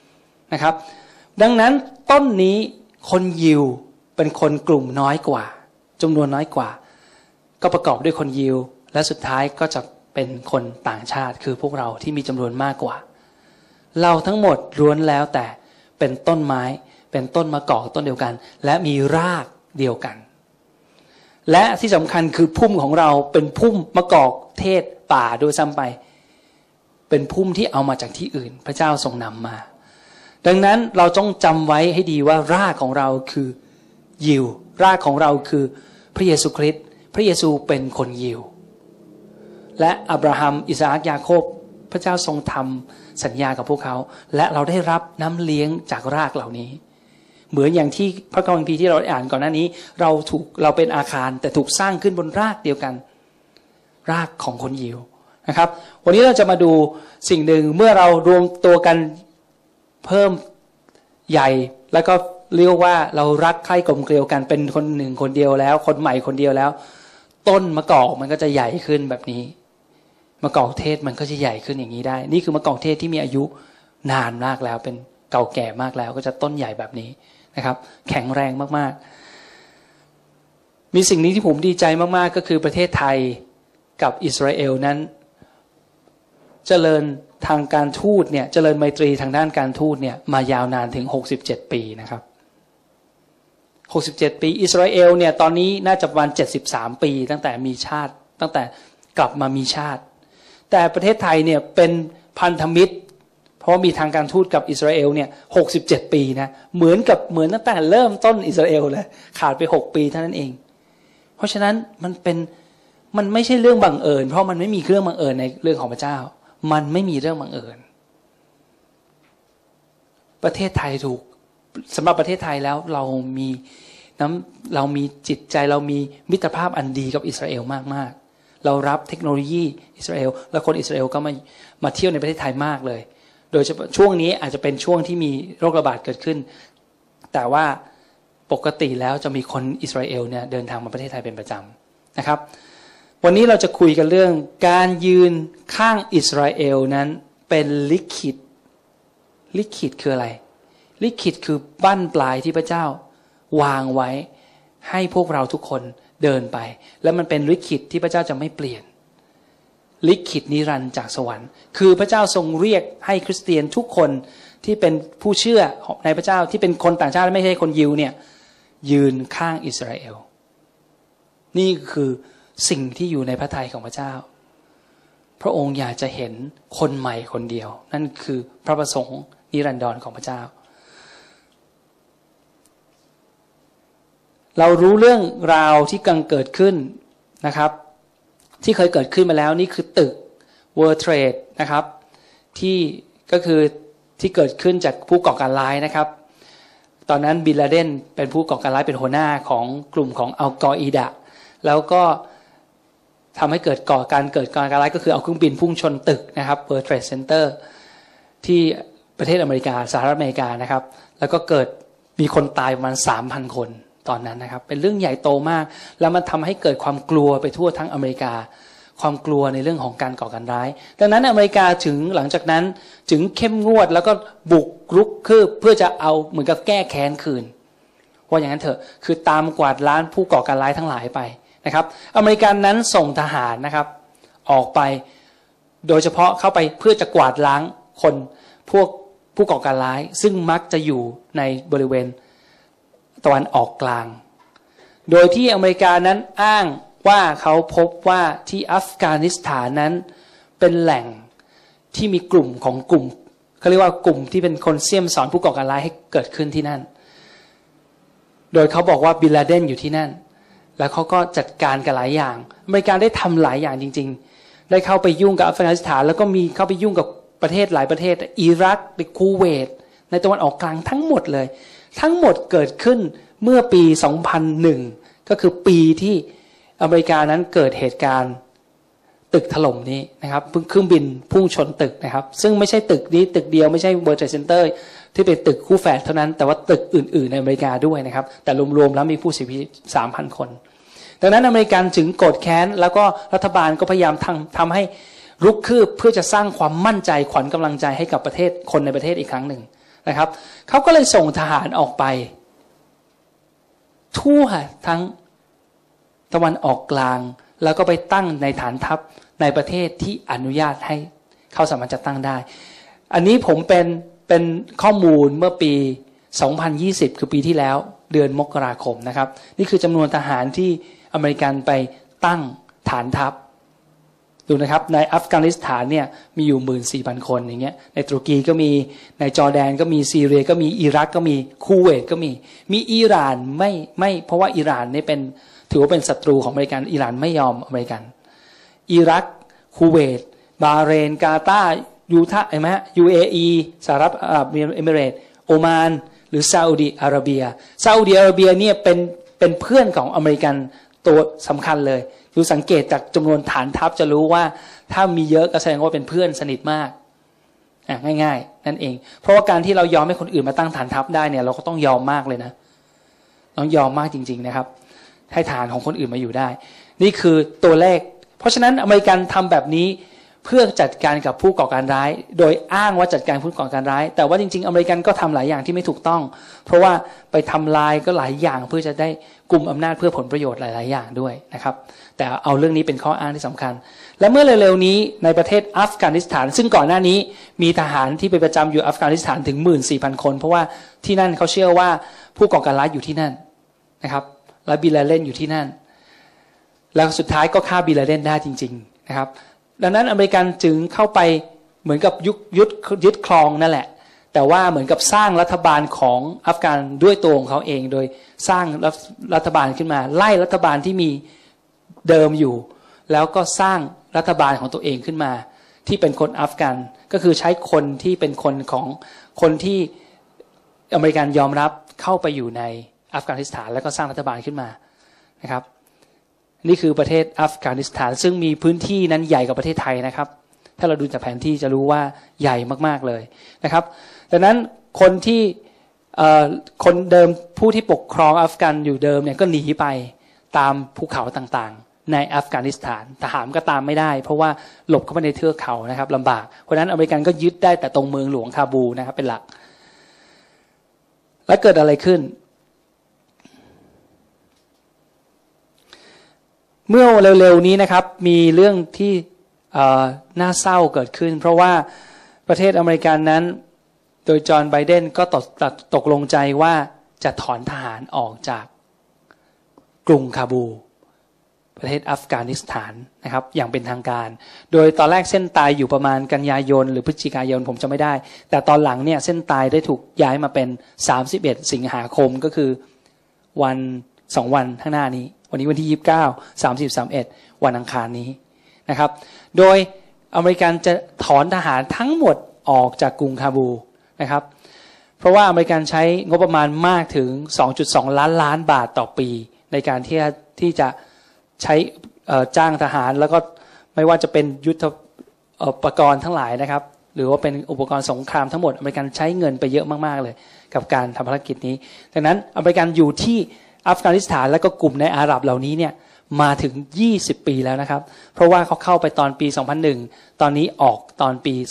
นะครับดังนั้นต้นนี้คนยิวเป็นคนกลุ่มน้อยกว่าจำนวนน้อยกว่าก็ประกอบด้วยคนยิวและสุดท้ายก็จะเป็นคนต่างชาติคือพวกเราที่มีจำนวนมากกว่าเราทั้งหมดล้วนแล้วแต่เป็นต้นไม้เป็นต้นมะกอกต้นเดียวกันและมีรากเดียวกันและที่สำคัญคือพุ่มของเราเป็นพุ่มมะกอกเทศป่าโดยซ้ำไปเป็นพุ่มที่เอามาจากที่อื่นพระเจ้าทรงนำมาดังนั้นเราต้องจำไว้ให้ดีว่ารากของเราคือยิวรากของเราคือพระเยซูคริสต์พระเยซูเป็นคนยิวและอับราฮัมอิสอัคยาโคบพระเจ้าทรงทำสัญญากับพวกเขาและเราได้รับน้ำเลี้ยงจากรากเหล่านี้เหมือนอย่างที่พระคัมภีร์ที่เราอ่านก่อนหน้านี้เราเป็นอาคารแต่ถูกสร้างขึ้นบนรากเดียวกันรากของคนยิวนะครับวันนี้เราจะมาดูสิ่งหนึ่งเมื่อเรารวมตัวกันเพิ่มใหญ่แล้วก็เรียกว่าเรารักใคร่กลมเกลียวกันเป็นคนหนึ่งคนเดียวแล้วคนใหม่คนเดียวแล้วต้นมะกอกมันก็จะใหญ่ขึ้นแบบนี้มะกอกเทศมันก็จะใหญ่ขึ้นอย่างนี้ได้นี่คือมะกอกเทศที่มีอายุนานมากแล้วเป็นเก่าแก่มากแล้วก็จะต้นใหญ่แบบนี้นะครับแข็งแรงมากๆมีสิ่งนี้ที่ผมดีใจมากๆก็คือประเทศไทยกับอิสราเอลนั้นเจริญทางการทูตเนี่ยเจริญไมตรีทางด้านการทูตเนี่ยมายาวนานถึง67ปีนะครับ67ปีอิสราเอลเนี่ยตอนนี้น่าจะประมาณ73ปีตั้งแต่มีชาติตั้งแต่กลับมามีชาติแต่ประเทศไทยเนี่ยเป็นพันธมิตรเพราะมีทางการทูตกับอิสราเอลเนี่ย67ปีนะเหมือนตั้งแต่เริ่มต้นอิสราเอลเลยขาดไป6ปีเท่านั้นเองเพราะฉะนั้นมันไม่ใช่เรื่องบังเอิญเพราะมันไม่มีเรื่องบังเอิญในเรื่องของพระเจ้ามันไม่มีเรื่องบังเอิญประเทศไทยถูกสำหรับประเทศไทยแล้วเรามีจิตใจเรามีมิตรภาพอันดีกับอิสราเอลมากๆเรารับเทคโนโลยีอิสราเอลและคนอิสราเอลก็มาเที่ยวในประเทศไทยมากเลยโดยเฉพาะช่วงนี้อาจจะเป็นช่วงที่มีโรคระบาดเกิดขึ้นแต่ว่าปกติแล้วจะมีคนอิสราเอลเนี่ยเดินทางมาประเทศไทยเป็นประจำนะครับวันนี้เราจะคุยกันเรื่องการยืนข้างอิสราเอลนั้นเป็นลิขิตคืออะไรลิขิตคือบั้นปลายที่พระเจ้าวางไว้ให้พวกเราทุกคนเดินไปแล้วมันเป็นลิขิตที่พระเจ้าจะไม่เปลี่ยนลิขิตนิรันดร์จากสวรรค์คือพระเจ้าทรงเรียกให้คริสเตียนทุกคนที่เป็นผู้เชื่อในพระเจ้าที่เป็นคนต่างชาติไม่ใช่คนยิวเนี่ยยืนข้างอิสราเอลนี่คือสิ่งที่อยู่ในพระทัยของพระเจ้าพระองค์อยากจะเห็นคนใหม่คนเดียวนั่นคือพระประสงค์นิรันดรของพระเจ้าเรารู้เรื่องราวที่กำลังเกิดขึ้นนะครับที่เคยเกิดขึ้นมาแล้วนี่คือตึก World Trade นะครับที่ก็คือที่เกิดขึ้นจากผู้ก่อการร้ายนะครับตอนนั้นบินลาเดนเป็นผู้ก่อการร้ายเป็นหัวหน้าของกลุ่มของอัลกออิดะแล้วก็ทำให้เกิดการร้ายก็คือเอาเครื่องบินพุ่งชนตึกนะครับ World Trade Center ที่ประเทศอเมริกาสหรัฐอเมริกานะครับแล้วก็เกิดมีคนตายประมาณ 3,000 คนตอนนั้นนะครับเป็นเรื่องใหญ่โตมากแล้วมันทำให้เกิดความกลัวไปทั่วทั้งอเมริกาความกลัวในเรื่องของการก่อการร้ายดังนั้นอเมริกาถึงหลังจากนั้นถึงเข้มงวดแล้วก็บุกรุกคือเพื่อจะเอาเหมือนกับแก้แค้นคืนว่าอย่างนั้นเถอะคือตามกวาดล้างผู้ก่อการร้ายทั้งหลายไปนะครับอเมริกันนั้นส่งทหารนะครับออกไปโดยเฉพาะเข้าไปเพื่อจะกวาดล้างคนพวกผู้ก่อการร้ายซึ่งมักจะอยู่ในบริเวณตะวันออกกลางโดยที่อเมริกานั้นอ้างว่าเขาพบว่าที่อัฟกานิสถานนั้นเป็นแหล่งที่มีกลุ่มเขาเรียกว่ากลุ่มที่เป็นคนเสี่ยมสอนผู้ก่อการร้ายให้เกิดขึ้นที่นั่นโดยเขาบอกว่าบินลาเดนอยู่ที่นั่นแล้วเขาก็จัดการกับหลายอย่างอเมริกาได้ทำหลายอย่างจริงๆได้เข้าไปยุ่งกับอัฟกานิสถานแล้วก็มีเข้าไปยุ่งกับประเทศหลายประเทศอิรักคูเวตในตะวันออกกลางทั้งหมดเลยทั้งหมดเกิดขึ้นเมื่อปี 2001 ก็คือปีที่อเมริกานั้นเกิดเหตุการณ์ตึกถล่มนี้นะครับเครื่องบินพุ่งชนตึกนะครับซึ่งไม่ใช่ตึกนี้ตึกเดียวไม่ใช่ World Trade Center ที่เป็นตึกคู่แฝดเท่านั้นแต่ว่าตึกอื่นๆในอเมริกาด้วยนะครับแต่รวมๆแล้วมีผู้เสียชีวิต 3,000 คนดังนั้นอเมริกันถึงโกรธแค้นแล้วก็รัฐบาลก็พยายามทำให้รุกคืบเพื่อจะสร้างความมั่นใจขวัญกำลังใจให้กับประเทศคนในประเทศอีกครั้งหนึ่งนะครับเขาก็เลยส่งทหารออกไปทั่วทั้งตะวันออกกลางแล้วก็ไปตั้งในฐานทัพในประเทศที่อนุญาตให้เขาสามารถจะตั้งได้อันนี้ผมเป็นข้อมูลเมื่อปี2020คือปีที่แล้วเดือนมกราคมนะครับนี่คือจำนวนทหารที่อเมริกันไปตั้งฐานทัพดูนะครับในอัฟกานิสถานเนี่ยมีอยู่ 14,000 คนอย่างเงี้ยในตุรกีก็มีในจอร์แดนก็มีซีเรียก็มีอิรักก็มีคูเวตก็มีอิหร่านไม่เพราะว่าอิหร่านนี่เป็นถือว่าเป็นศัตรูของอเมริกันอิหร่านไม่ยอมอเมริกันอิรักคูเวตบาห์เรนกาตาร์ยูทาเห็นไหมฮะ UAE สหรัฐอาหรับเอมิเรตส์โอมานหรือซาอุดิอาระเบียเนี่ยเป็นเพื่อนของอเมริกันตัวสำคัญเลยดูสังเกตจากจำนวนฐานทัพจะรู้ว่าถ้ามีเยอะก็แสดงว่าเป็นเพื่อนสนิทมากง่ายๆนั่นเองเพราะว่าการที่เรายอมให้คนอื่นมาตั้งฐานทัพได้เนี่ยเราก็ต้องยอมมากเลยนะต้องยอมมากจริงๆนะครับให้ฐานของคนอื่นมาอยู่ได้นี่คือตัวเลขเพราะฉะนั้นอเมริกันทำแบบนี้เพื่อจัดการกับผู้ก่อการร้ายโดยอ้างว่าจัดการผู้ก่อการร้ายแต่ว่าจริงๆอเมริกันก็ทำหลายอย่างที่ไม่ถูกต้องเพราะว่าไปทำลายก็หลายอย่างเพื่อจะได้กุมอำนาจเพื่อผลประโยชน์หลายๆอย่างด้วยนะครับแต่เอาเรื่องนี้เป็นข้ออ้างที่สำคัญและเมื่อเร็วๆนี้ในประเทศอัฟกานิสถานซึ่งก่อนหน้านี้มีทหารที่ไปประจำอยู่อัฟกานิสถานถึง 14,000 คนเพราะว่าที่นั่นเขาเชื่อว่าผู้ก่อการร้ายอยู่ที่นั่นนะครับและบินลาเดนอยู่ที่นั่นแล้วสุดท้ายก็ฆ่าบินลาเดนได้จริงๆนะครับดังนั้นอเมริกันจึงเข้าไปเหมือนกับยึดครองนั่นแหละแต่ว่าเหมือนกับสร้างรัฐบาลของอัฟกานด้วยตัวของเขาเองโดยสร้างรัฐบาลขึ้นมาไล่รัฐบาลที่มีเดิมอยู่แล้วก็สร้างรัฐบาลของตัวเองขึ้นมาที่เป็นคนอัฟกันก็คือใช้คนที่เป็นคนของคนที่อเมริกันยอมรับเข้าไปอยู่ในอัฟกานิสถานแล้วก็สร้างรัฐบาลขึ้นมานะครับนี่คือประเทศอัฟกานิสถานซึ่งมีพื้นที่นั้นใหญ่กว่าประเทศไทยนะครับถ้าเราดูจากแผนที่จะรู้ว่าใหญ่มากๆเลยนะครับดังนั้นคนที่คนเดิมผู้ที่ปกครองอัฟกันอยู่เดิมเนี่ยก็หนีไปตามภูเขาต่างๆในอัฟกานิสถานทหารก็ตามไม่ได้เพราะว่าหลบเข้าไปในเทือกเขานะครับลำบากเพราะฉะนั้นอเมริกันก็ยึดได้แต่ตรงเมืองหลวงคาบูนะครับเป็นหลักและเกิดอะไรขึ้นเมื่อเร็วๆนี้นะครับมีเรื่องที่น่าเศร้าเกิดขึ้นเพราะว่าประเทศอเมริกันนั้นโดยจอห์นไบเดนก็ตกลงใจว่าจะถอนทหารออกจากกรุงคาบูประเทศอัฟกานิสถานนะครับอย่างเป็นทางการโดยตอนแรกเส้นตายอยู่ประมาณกันยายนหรือพฤศจิกายนผมจำไม่ได้แต่ตอนหลังเนี่ยเส้นตายได้ถูกย้ายมาเป็น31สิงหาคมก็คือวัน2วันข้างหน้านี้วันนี้วันที่29 30 31วันอังคารนี้นะครับโดยอเมริกันจะถอนทหารทั้งหมดออกจากกรุงคาบูนะครับเพราะว่าอเมริกันใช้งบประมาณมากถึง 2.2 ล้านบาทต่อปีในการที่จะใช้จ้างทหารแล้วก็ไม่ว่าจะเป็นยุทโธปกรณ์ทั้งหลายนะครับหรือว่าเป็นอุปกรณ์สงครามทั้งหมดอเมริกันใช้เงินไปเยอะมากๆเลยกับการทำภารกิจนี้ดังนั้นอเมริกันอยู่ที่อัฟกานิสถานและก็กลุ่มในอาหรับเหล่านี้เนี่ยมาถึง20ปีแล้วนะครับเพราะว่าเขาเข้าไปตอนปี2001ตอนนี้ออกตอนปี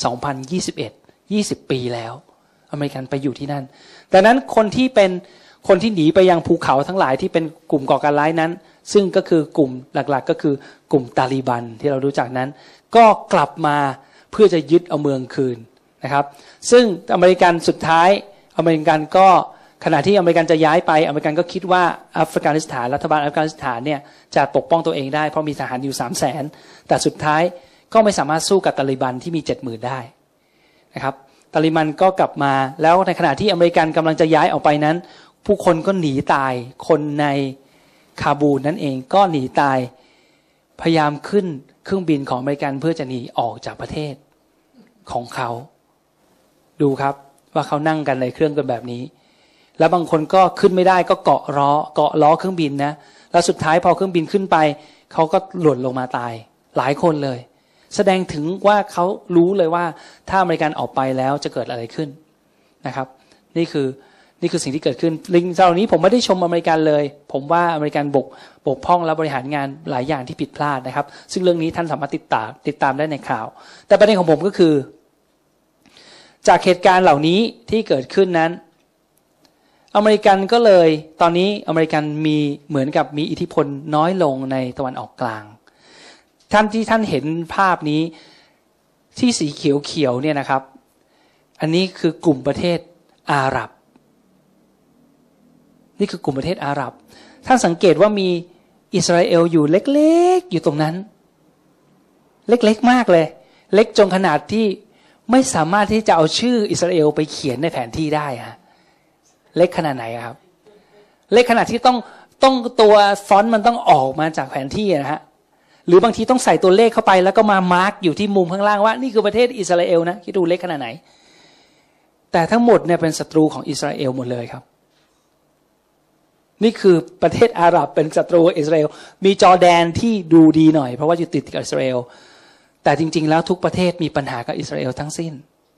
2021 20ปีแล้วอเมริกันไปอยู่ที่นั่นดังนั้นคนที่หนีไปยังภูเขาทั้งหลายที่เป็นกลุ่มก่อการร้ายนั้นซึ่งก็คือกลุ่มหลักๆก็คือกลุ่มตาลีบันที่เรารู้จักนั้นก็กลับมาเพื่อจะยึดเอาเมืองคืนนะครับซึ่งอเมริกันสุดท้ายอเมริกันก็ขณะที่อเมริกันจะย้ายไปอเมริกันก็คิดว่าอัฟกานิสถานรัฐบาลอัฟกานิสถานเนี่ยจะปกป้องตัวเองได้เพราะมีทหารอยู่ 300,000 แต่สุดท้ายก็ไม่สามารถสู้กับตาลีบันที่มี 70,000 ได้นะครับตาลีบันก็กลับมาแล้วในขณะที่อเมริกันกำลังจะย้ายออกไปนั้นผู้คนก็หนีตายคนในคาบูลนั่นเองก็หนีตายพยายามขึ้นเครื่องบินของอเมริกันเพื่อจะหนีออกจากประเทศของเขาดูครับว่าเขานั่งกันในเครื่องกันแบบนี้แล้วบางคนก็ขึ้นไม่ได้ก็เกาะล้อเครื่องบินนะแล้วสุดท้ายพอเครื่องบินขึ้นไปเขาก็หล่นลงมาตายหลายคนเลยแสดงถึงว่าเขารู้เลยว่าถ้าอเมริกันออกไปแล้วจะเกิดอะไรขึ้นนะครับนี่คือสิ่งที่เกิดขึ้นลิงเหล่านี้ผมไม่ได้ชมอเมริกันเลยผมว่าอเมริกันบกพร่องและบริหารงานหลายอย่างที่ผิดพลาดนะครับซึ่งเรื่องนี้ท่านสามารถติดตามได้ในข่าวแต่ประเด็นของผมก็คือจากเหตุการณ์เหล่านี้ที่เกิดขึ้นนั้นอเมริกันก็เลยตอนนี้อเมริกันมีเหมือนกับมีอิทธิพลน้อยลงในตะวันออกกลางที่ท่านเห็นภาพนี้ที่สีเขียวๆเนี่ยนะครับอันนี้คือกลุ่มประเทศอาหรับนี่คือกลุ่มประเทศอาหรับท่านสังเกตว่ามีอิสราเอลอยู่เล็กๆอยู่ตรงนั้นเล็กๆมากเลยเล็กจนขนาดที่ไม่สามารถที่จะเอาชื่ออิสราเอลไปเขียนในแผนที่ได้ฮะเล็กขนาดไหนครับเล็กขนาดที่ต้องตัวฟอนต์มันต้องออกมาจากแผนที่นะฮะหรือบางทีต้องใส่ตัวเลขเข้าไปแล้วก็มามาร์กอยู่ที่มุมข้างล่างว่านี่คือประเทศอิสราเอลนะคิดดูเล็กขนาดไหนแต่ทั้งหมดเนี่ยเป็นศัตรูของอิสราเอลหมดเลยครับนี่คือประเทศอาหรับเป็นศัตรูอิสราเอลมีจอร์แดนที่ดูดีหน่อยเพราะว่าอยู่ติดกับอิสราเอลแต่จริงๆแล้วทุกประเทศมีปัญหากับอิสราเอลทั้งสิ้น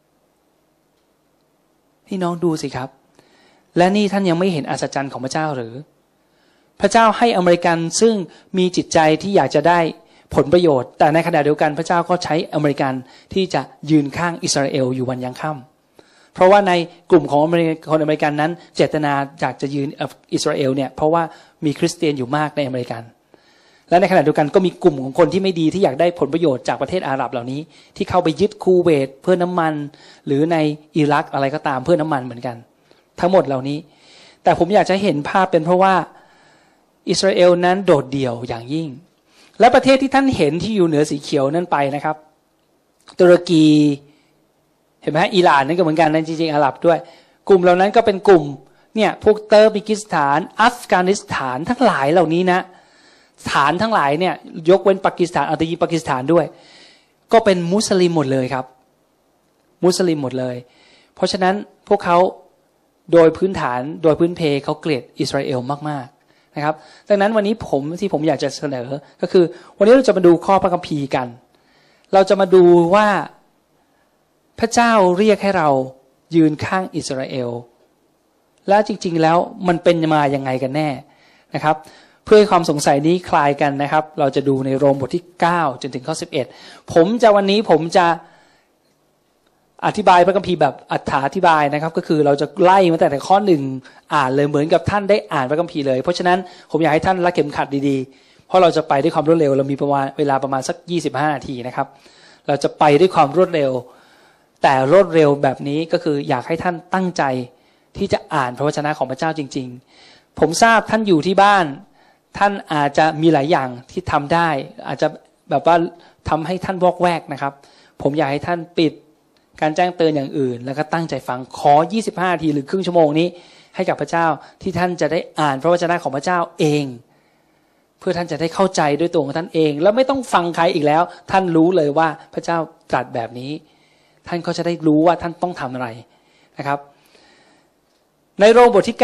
พี่น้องดูสิครับและนี่ท่านยังไม่เห็นอัศจรรย์ของพระเจ้าหรือพระเจ้าให้อเมริกันซึ่งมีจิตใจที่อยากจะได้ผลประโยชน์แต่ในขณะเดียวกันพระเจ้าก็ใช้อเมริกันที่จะยืนข้างอิสราเอลอยู่วันยังค่ำเพราะว่าในกลุ่มของคนอเมริกันนั้นเจตนาอยากจะยืนอิสราเอลเนี่ยเพราะว่ามีคริสเตียนอยู่มากในอเมริกันและในขณะเดียวกันก็มีกลุ่มของคนที่ไม่ดีที่อยากได้ผลประโยชน์จากประเทศอาหรับเหล่านี้ที่เข้าไปยึดคูเวตเพื่อน้ำมันหรือในอิรักอะไรก็ตามเพื่อน้ำมันเหมือนกันทั้งหมดเหล่านี้แต่ผมอยากจะเห็นภาพเป็นเพราะว่าอิสราเอลนั้นโดดเดี่ยวอย่างยิ่งและประเทศที่ท่านเห็นที่อยู่เหนือสีเขียวนั่นไปนะครับตุรกีเห็นไหมอิหร่านนั่นก็เหมือนกันนั่นจริงๆอาหรับด้วยกลุ่มเหล่านั้นก็เป็นกลุ่มเนี่ยพวกเตอร์มิกิสถานอัฟกานิสถานทั้งหลายเหล่านี้นะฐานทั้งหลายเนี่ยยกเว้นปากีสถานอัลตยีปากีสถานด้วยก็เป็นมุสลิมหมดเลยครับมุสลิมหมดเลยเพราะฉะนั้นพวกเขาโดยพื้นฐานโดยพื้นเพเขาเกลียดอิสราเอลมากๆนะครับดังนั้นวันนี้ผมอยากจะเสนอก็คือวันนี้เราจะมาดูข้อพระคัมภีร์กันเราจะมาดูว่าพระเจ้าเรียกให้เรายืนข้างอิสราเอลและจริงๆแล้วมันเป็นมายังไงกันแน่นะครับเพื่อให้ความสงสัยนี้คลายกันนะครับเราจะดูในโรมบทที่9จนถึงข้อ11วันนี้ผมจะอธิบายพระคัมภีร์แบบอธิบายนะครับก็คือเราจะไล่มาแต่ข้อ1อ่านเลยเหมือนกับท่านได้อ่านพระคัมภีร์เลยเพราะฉะนั้นผมอยากให้ท่านรัดเข็มขัดดีๆเพราะเราจะไปด้วยความรวดเร็วเรามีเวลาประมาณสัก25นาทีนะครับเราจะไปด้วยความรวดเร็วแต่รวดเร็วแบบนี้ก็คืออยากให้ท่านตั้งใจที่จะอ่านพระวจนะของพระเจ้าจริงๆผมทราบท่านอยู่ที่บ้านท่านอาจจะมีหลายอย่างที่ทำได้อาจจะแบบว่าทำให้ท่านวอกแวกนะครับผมอยากให้ท่านปิดการแจ้งเตือนอย่างอื่นแล้วก็ตั้งใจฟังขอ25นาทีหรือครึ่งชั่วโมงนี้ให้กับพระเจ้าที่ท่านจะได้อ่านพระวจนะของพระเจ้าเองเพื่อท่านจะได้เข้าใจด้วยตัวของท่านเองแล้วไม่ต้องฟังใครอีกแล้วท่านรู้เลยว่าพระเจ้าตรัสแบบนี้ท่านก็จะได้รู้ว่าท่านต้องทำอะไรนะครับในโรมบทที่9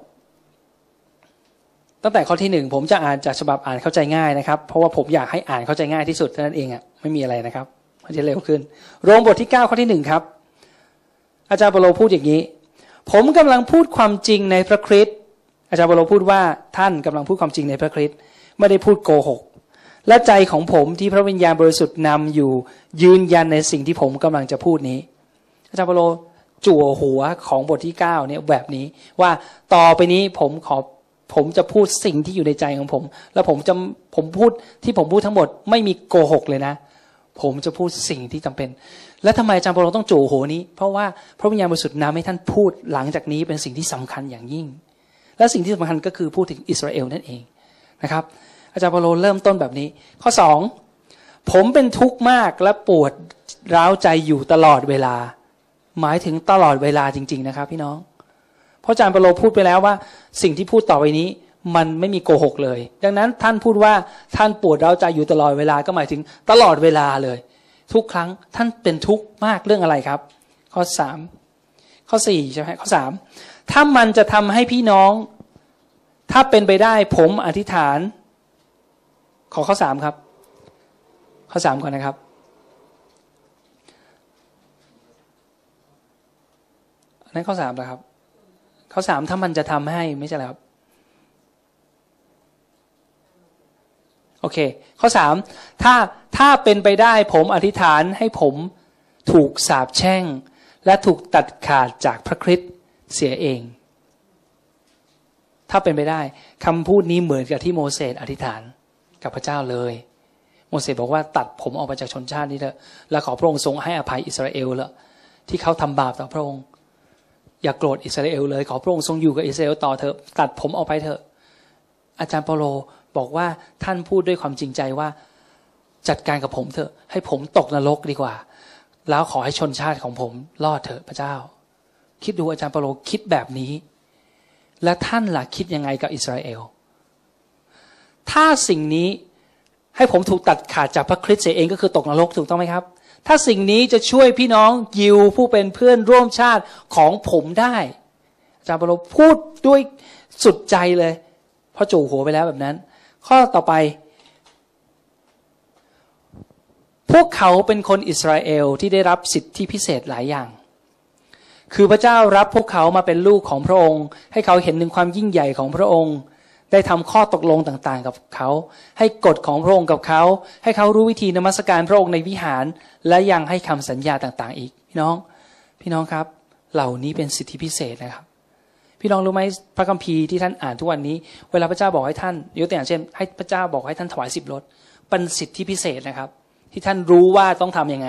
ตั้งแต่ข้อที่1ผมจะอ่านจากฉบับอ่านเข้าใจง่ายนะครับเพราะว่าผมอยากให้อ่านเข้าใจง่ายที่สุดเท่านั้นเองไม่มีอะไรนะครับมันจะเร็วขึ้นโรมบทที่9ข้อที่1ครับอาจารย์เปาโลพูดอย่างนี้ผมกำลังพูดความจริงในพระคริสต์อาจารย์เปาโลพูดว่าท่านกำลังพูดความจริงในพระคริสต์ไม่ได้พูดโกหกและใจของผมที่พระวิญญาณบริสุทธิ์นำอยู่ยืนยันในสิ่งที่ผมกำลังจะพูดนี้อาจารย์เปาโลจั่วหัวของบทที่9เนี่ยแบบนี้ว่าต่อไปนี้ผมจะพูดสิ่งที่อยู่ในใจของผมแล้วผมพูดที่ผมพูดทั้งหมดไม่มีโกหกเลยนะผมจะพูดสิ่งที่จำเป็นและทำไมอาจารย์เปาโลต้องจั่วหัวนี้เพราะว่าพระวิญญาณบริสุทธิ์นำให้ท่านพูดหลังจากนี้เป็นสิ่งที่สำคัญอย่างยิ่งและสิ่งที่สำคัญก็คือพูดถึงอิสราเอลนั่นเองนะครับอาจารย์เปาโลเริ่มต้นแบบนี้ข้อ2ผมเป็นทุกข์มากและปวดร้าวใจอยู่ตลอดเวลาหมายถึงตลอดเวลาจริงๆนะครับพี่น้องเพราะอาจารย์เปาโลพูดไปแล้วว่าสิ่งที่พูดต่อไปนี้มันไม่มีโกหกเลยดังนั้นท่านพูดว่าท่านปวดร้าวใจอยู่ตลอดเวลาก็หมายถึงตลอดเวลาเลยทุกครั้งท่านเป็นทุกข์มากเรื่องอะไรครับข้อ3ข้อ4ใช่ไหมข้อ3ถ้ามันจะทำให้พี่น้องถ้าเป็นไปได้ผมอธิษฐานขอข้อ3ครับข้อ3ก่อนนะครับนั่นข้อ3แล้วครับข้อ3ถ้ามันจะทำให้ไม่ใช่แล้วครับโอเคข้อ3ถ้าเป็นไปได้ผมอธิษฐานให้ผมถูกสาปแช่งและถูกตัดขาดจากพระคริสต์เสียเองถ้าเป็นไปได้คำพูดนี้เหมือนกับที่โมเสสอธิษฐานกับพระเจ้าเลยโมเสสบอกว่าตัดผมออกไปจากชนชาตินี้เถอะและขอพระองค์ทรงให้อภัยอิสราเอลละที่เขาทำบาปต่อพระองค์อย่าโกรธอิสราเอลเลยขอพระองค์ทรงอยู่กับอิสราเอลต่อเถอะตัดผมออกไปเถอะอาจารย์เปาโลบอกว่าท่านพูดด้วยความจริงใจว่าจัดการกับผมเถอะให้ผมตกนรกดีกว่าแล้วขอให้ชนชาติของผมรอดเถอะพระเจ้าคิดดูอาจารย์เปาโลคิดแบบนี้และท่านล่ะคิดยังไงกับอิสราเอลถ้าสิ่งนี้ให้ผมถูกตัดขาดจากพระคริสต์เสียเองก็คือตกนรกถูกต้องไหมครับถ้าสิ่งนี้จะช่วยพี่น้องยิวผู้เป็นเพื่อนร่วมชาติของผมได้อาจารย์เปาโลพูดด้วยสุดใจเลยเพราะจู่หัวไปแล้วแบบนั้นข้อต่อไปพวกเขาเป็นคนอิสราเอลที่ได้รับสิทธิพิเศษหลายอย่างคือพระเจ้ารับพวกเขามาเป็นลูกของพระองค์ให้เขาเห็นถึงความยิ่งใหญ่ของพระองค์ได้ทำข้อตกลงต่างๆกับเขาให้กฎของพระองค์กับเขาให้เขารู้วิธีนมัสการพระองค์ในวิหารและยังให้คำสัญญาต่างๆอีกพี่น้องครับเหล่านี้เป็นสิทธิพิเศษนะครับพี่น้องรู้ไหมพระคัมภีร์ที่ท่านอ่านทุกวันนี้เวลาพระเจ้าบอกให้ท่านยกตัวอย่างเช่นให้พระเจ้าบอกให้ท่านถวาย10 รถเป็นสิทธิพิเศษนะครับที่ท่านรู้ว่าต้องทำยังไง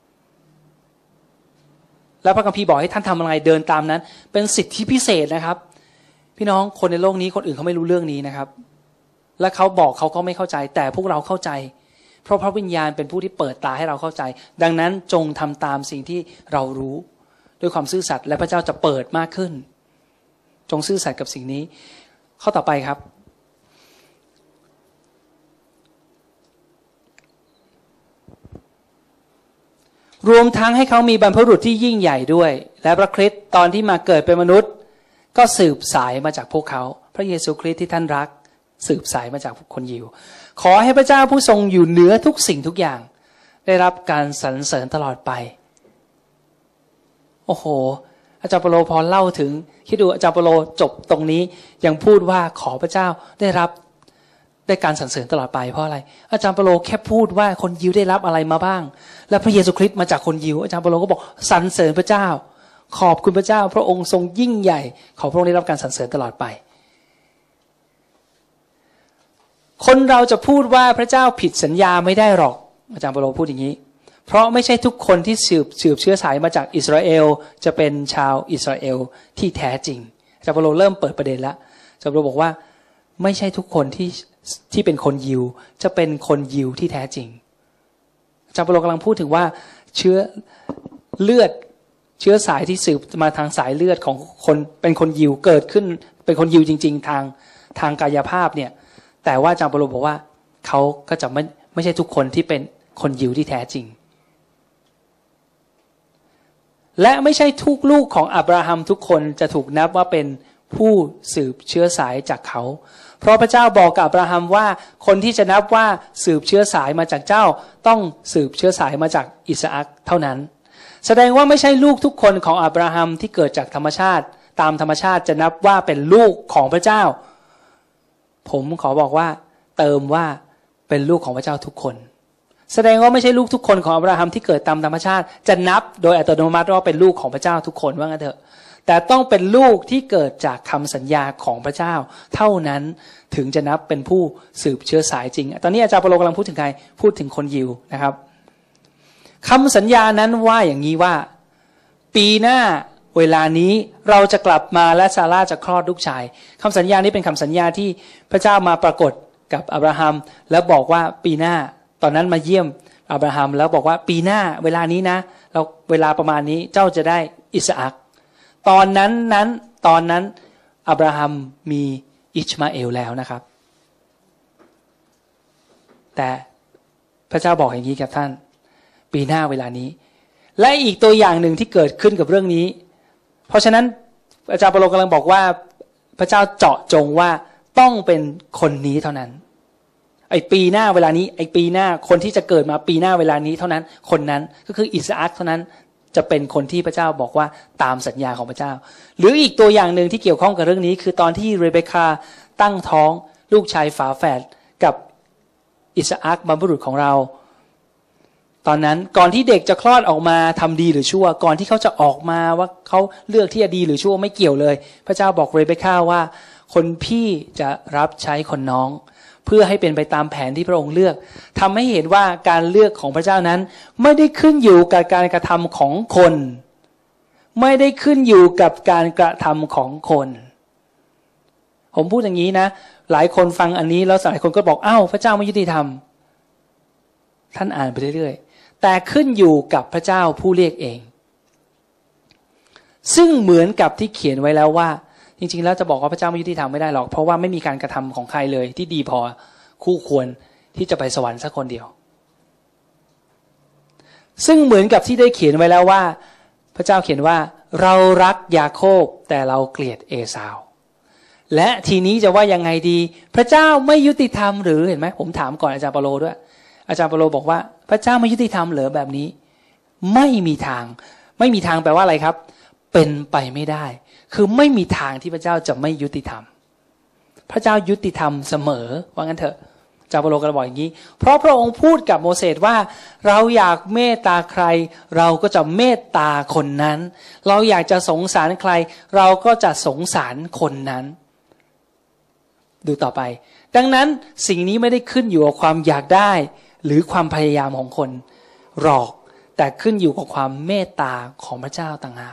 แล้วพระคัมภีร์บอกให้ท่านทำอะไรเดินตามนั้นเป็นสิทธิพิเศษนะครับพี่น้องคนในโลกนี้คนอื่นเขาไม่รู้เรื่องนี้นะครับและเขาบอกเขาก็ไม่เข้าใจแต่พวกเราเข้าใจเพราะพระวิญญาณเป็นผู้ที่เปิดตาให้เราเข้าใจดังนั้นจงทำตามสิ่งที่เรารู้ด้วยความซื่อสัตย์และพระเจ้าจะเปิดมากขึ้นจงซื่อสัตย์กับสิ่งนี้ข้อต่อไปครับรวมทั้งให้เขามีบรรพบุรุษที่ยิ่งใหญ่ด้วยและพระคริสต์ตอนที่มาเกิดเป็นมนุษย์ก็สืบสายมาจากพวกเขาพระเยซูคริสต์ที่ท่านรักสืบสายมาจากคนยิวขอให้พระเจ้าผู้ทรงอยู่เหนือทุกสิ่งทุกอย่างได้รับการสรรเสริญตลอดไปโอ้โหอาจารย์เปาโลพอเล่าถึงคิดดูอาจารย์เปาโลจบตรงนี้ยังพูดว่าขอพระเจ้าได้การสรรเสริญตลอดไปเพราะอะไรอาจารย์เปาโลแค่พูดว่าคนยิวได้รับอะไรมาบ้างและพระเยซูคริสต์มาจากคนยิวอาจารย์เปาโลก็บอกสรรเสริญพระเจ้าขอบคุณพระเจ้าพระองค์ทรงยิ่งใหญ่ขอพระองค์ได้รับการสรรเสริญตลอดไปคนเราจะพูดว่าพระเจ้าผิดสัญญาไม่ได้หรอกอาจารย์เปาโลพูดอย่างนี้เพราะไม่ใช่ทุกคนที่สืบเชื้อสายมาจากอิสราเอลจะเป็นชาวอิสราเอลที่แท้จริงอาจารย์เปาโลเริ่มเปิดประเด็นแล้วอาจารย์เปาโลบอกว่าไม่ใช่ทุกคนที่เป็นคนยิวจะเป็นคนยิวที่แท้จริงอาจารย์เปาโลกำลังพูดถึงว่าเชื้อสายที่สืบมาทางสายเลือดของคนเป็นคนยิวเกิดขึ้นเป็นคนยิวจริงๆทางกายภาพเนี่ยแต่ว่าอาจารย์เปาโลบอกว่าเขาก็จะไม่ใช่ทุกคนที่เป็นคนยิวที่แท้จริงและไม่ใช่ทุกลูกของอับราฮัมทุกคนจะถูกนับว่าเป็นผู้สืบเชื้อสายจากเขาเพราะพระเจ้าบอกกับอับราฮัมว่าคนที่จะนับว่าสืบเชื้อสายมาจากเจ้าต้องสืบเชื้อสายมาจากอิสอัคเท่านั้นแสดงว่าไม่ใช่ลูกทุกคนของอับราฮัมที่เกิดจากธรรมชาติตามธรรมชาติจะนับว่าเป็นลูกของพระเจ้าผมขอบอกว่าเติมว่าเป็นลูกของพระเจ้าทุกคนแสดงว่าไม่ใช่ลูกทุกคนของอับราฮัมที่เกิดตามธรรมชาติจะนับโดยอัตโนมัติว่าเป็นลูกของพระเจ้าทุกคนว่างั้นเถอะแต่ต้องเป็นลูกที่เกิดจากคำสัญญาของพระเจ้าเท่านั้นถึงจะนับเป็นผู้สืบเชื้อสายจริงตอนนี้อาจารย์เปาโลกำลังพูดถึงใครพูดถึงคนยิวนะครับคำสัญญานั้นว่าอย่างนี้ว่าปีหน้าเวลานี้เราจะกลับมาและซาร่าจะคลอดลูกชายคำสัญญานี้เป็นคำสัญญาที่พระเจ้ามาปรากฏกับอับราฮัมแล้วบอกว่าปีหน้าตอนนั้นมาเยี่ยมอับราฮัมแล้วบอกว่าปีหน้าเวลานี้นะเราเวลาประมาณนี้เจ้าจะได้อิสอัคตอนนั้นอับราฮัมมีอิชมาเอลแล้วนะครับแต่พระเจ้าบอกอย่างนี้กับท่านปีหน้าเวลานี้และอีกตัวอย่างหนึ่งที่เกิดขึ้นกับเรื่องนี้เพราะฉะนั้นอาจารย์เปาโลกำลังบอกว่าพระเจ้าเจาะจงว่าต้องเป็นคนนี้เท่านั้นไอ้ปีหน้าเวลานี้ไอ้ปีหน้าคนที่จะเกิดมาปีหน้าเวลานี้เท่านั้นคนนั้นก็คืออิสอัคเท่านั้นจะเป็นคนที่พระเจ้าบอกว่าตามสัญญาของพระเจ้าหรืออีกตัวอย่างหนึ่งที่เกี่ยวข้องกับเรื่องนี้คือตอนที่เรเบคคาตั้งท้องลูกชายฝาแฝดกับอิสอัคบรรพบุรุษของเราตอนนั้นก่อนที่เด็กจะคลอดออกมาทำดีหรือชั่วก่อนที่เขาจะออกมาว่าเขาเลือกที่จะดีหรือชั่วไม่เกี่ยวเลยพระเจ้าบอกเรเบคคาว่าคนพี่จะรับใช้คนน้องเพื่อให้เป็นไปตามแผนที่พระองค์เลือกทำให้เห็นว่าการเลือกของพระเจ้านั้นไม่ได้ขึ้นอยู่กับการกระทำของคนไม่ได้ขึ้นอยู่กับการกระทำของคนผมพูดอย่างนี้นะหลายคนฟังอันนี้แล้วหลายคนก็บอกอ้าวพระเจ้าไม่ยุติธรรมท่านอ่านไปเรื่อยๆแต่ขึ้นอยู่กับพระเจ้าผู้เรียกเองซึ่งเหมือนกับที่เขียนไว้แล้วว่าจริงๆแล้วจะบอกว่าพระเจ้าไม่ยุติธรรมไม่ได้หรอกเพราะว่าไม่มีการกระทำของใครเลยที่ดีพอคู่ควรที่จะไปสวรรค์สักคนเดียวซึ่งเหมือนกับที่ได้เขียนไว้แล้วว่าพระเจ้าเขียนว่าเรารักยาโคบแต่เราเกลียดเอสาวและทีนี้จะว่ายังไงดีพระเจ้าไม่ยุติธรรมหรือเห็นไหมผมถามก่อนอาจารย์เปาโลด้วยอาจารย์เปาโลบอกว่าพระเจ้าไม่ยุติธรรมเหรอแบบนี้ไม่มีทางไม่มีทางแปลว่าอะไรครับเป็นไปไม่ได้คือไม่มีทางที่พระเจ้าจะไม่ยุติธรรมพระเจ้ายุติธรรมเสมอว่างั้นเถอะอาจารย์เปาโลก็บอกอย่างนี้เพราะพระองค์พูดกับโมเสสว่าเราอยากเมตตาใครเราก็จะเมตตาคนนั้นเราอยากจะสงสารใครเราก็จะสงสารคนนั้นดูต่อไปดังนั้นสิ่งนี้ไม่ได้ขึ้นอยู่กับความอยากได้หรือความพยายามของคนหรอกแต่ขึ้นอยู่กับความเมตตาของพระเจ้าต่างหาก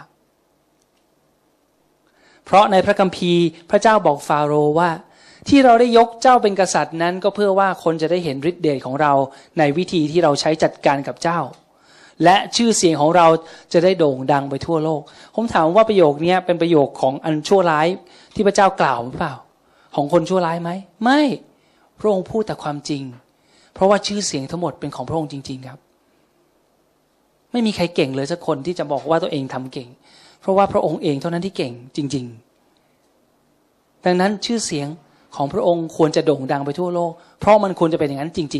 เพราะในพระคัมภีร์พระเจ้าบอกฟาโรห์ว่าที่เราได้ยกเจ้าเป็นกษัตริย์นั้นก็เพื่อว่าคนจะได้เห็นฤทธิ์เดชของเราในวิธีที่เราใช้จัดการกับเจ้าและชื่อเสียงของเราจะได้โด่งดังไปทั่วโลกผมถามว่าประโยคนี้เป็นประโยคของอันชั่วร้ายที่พระเจ้ากล่าวหรือเปล่าของคนชั่วร้ายไหมไม่พระองค์พูดแต่ความจริงเพราะว่าชื่อเสียงทั้งหมดเป็นของพระองค์จริงๆครับไม่มีใครเก่งเลยสักคนที่จะบอกว่าตัวเองทำเก่งเพราะว่าพระองค์เองเท่านั้นที่เก่งจริงๆดังนั้นชื่อเสียงของพระองค์ควรจะโด่งดังไปทั่วโลกเพราะมันควรจะเป็นอย่างนั้นจริง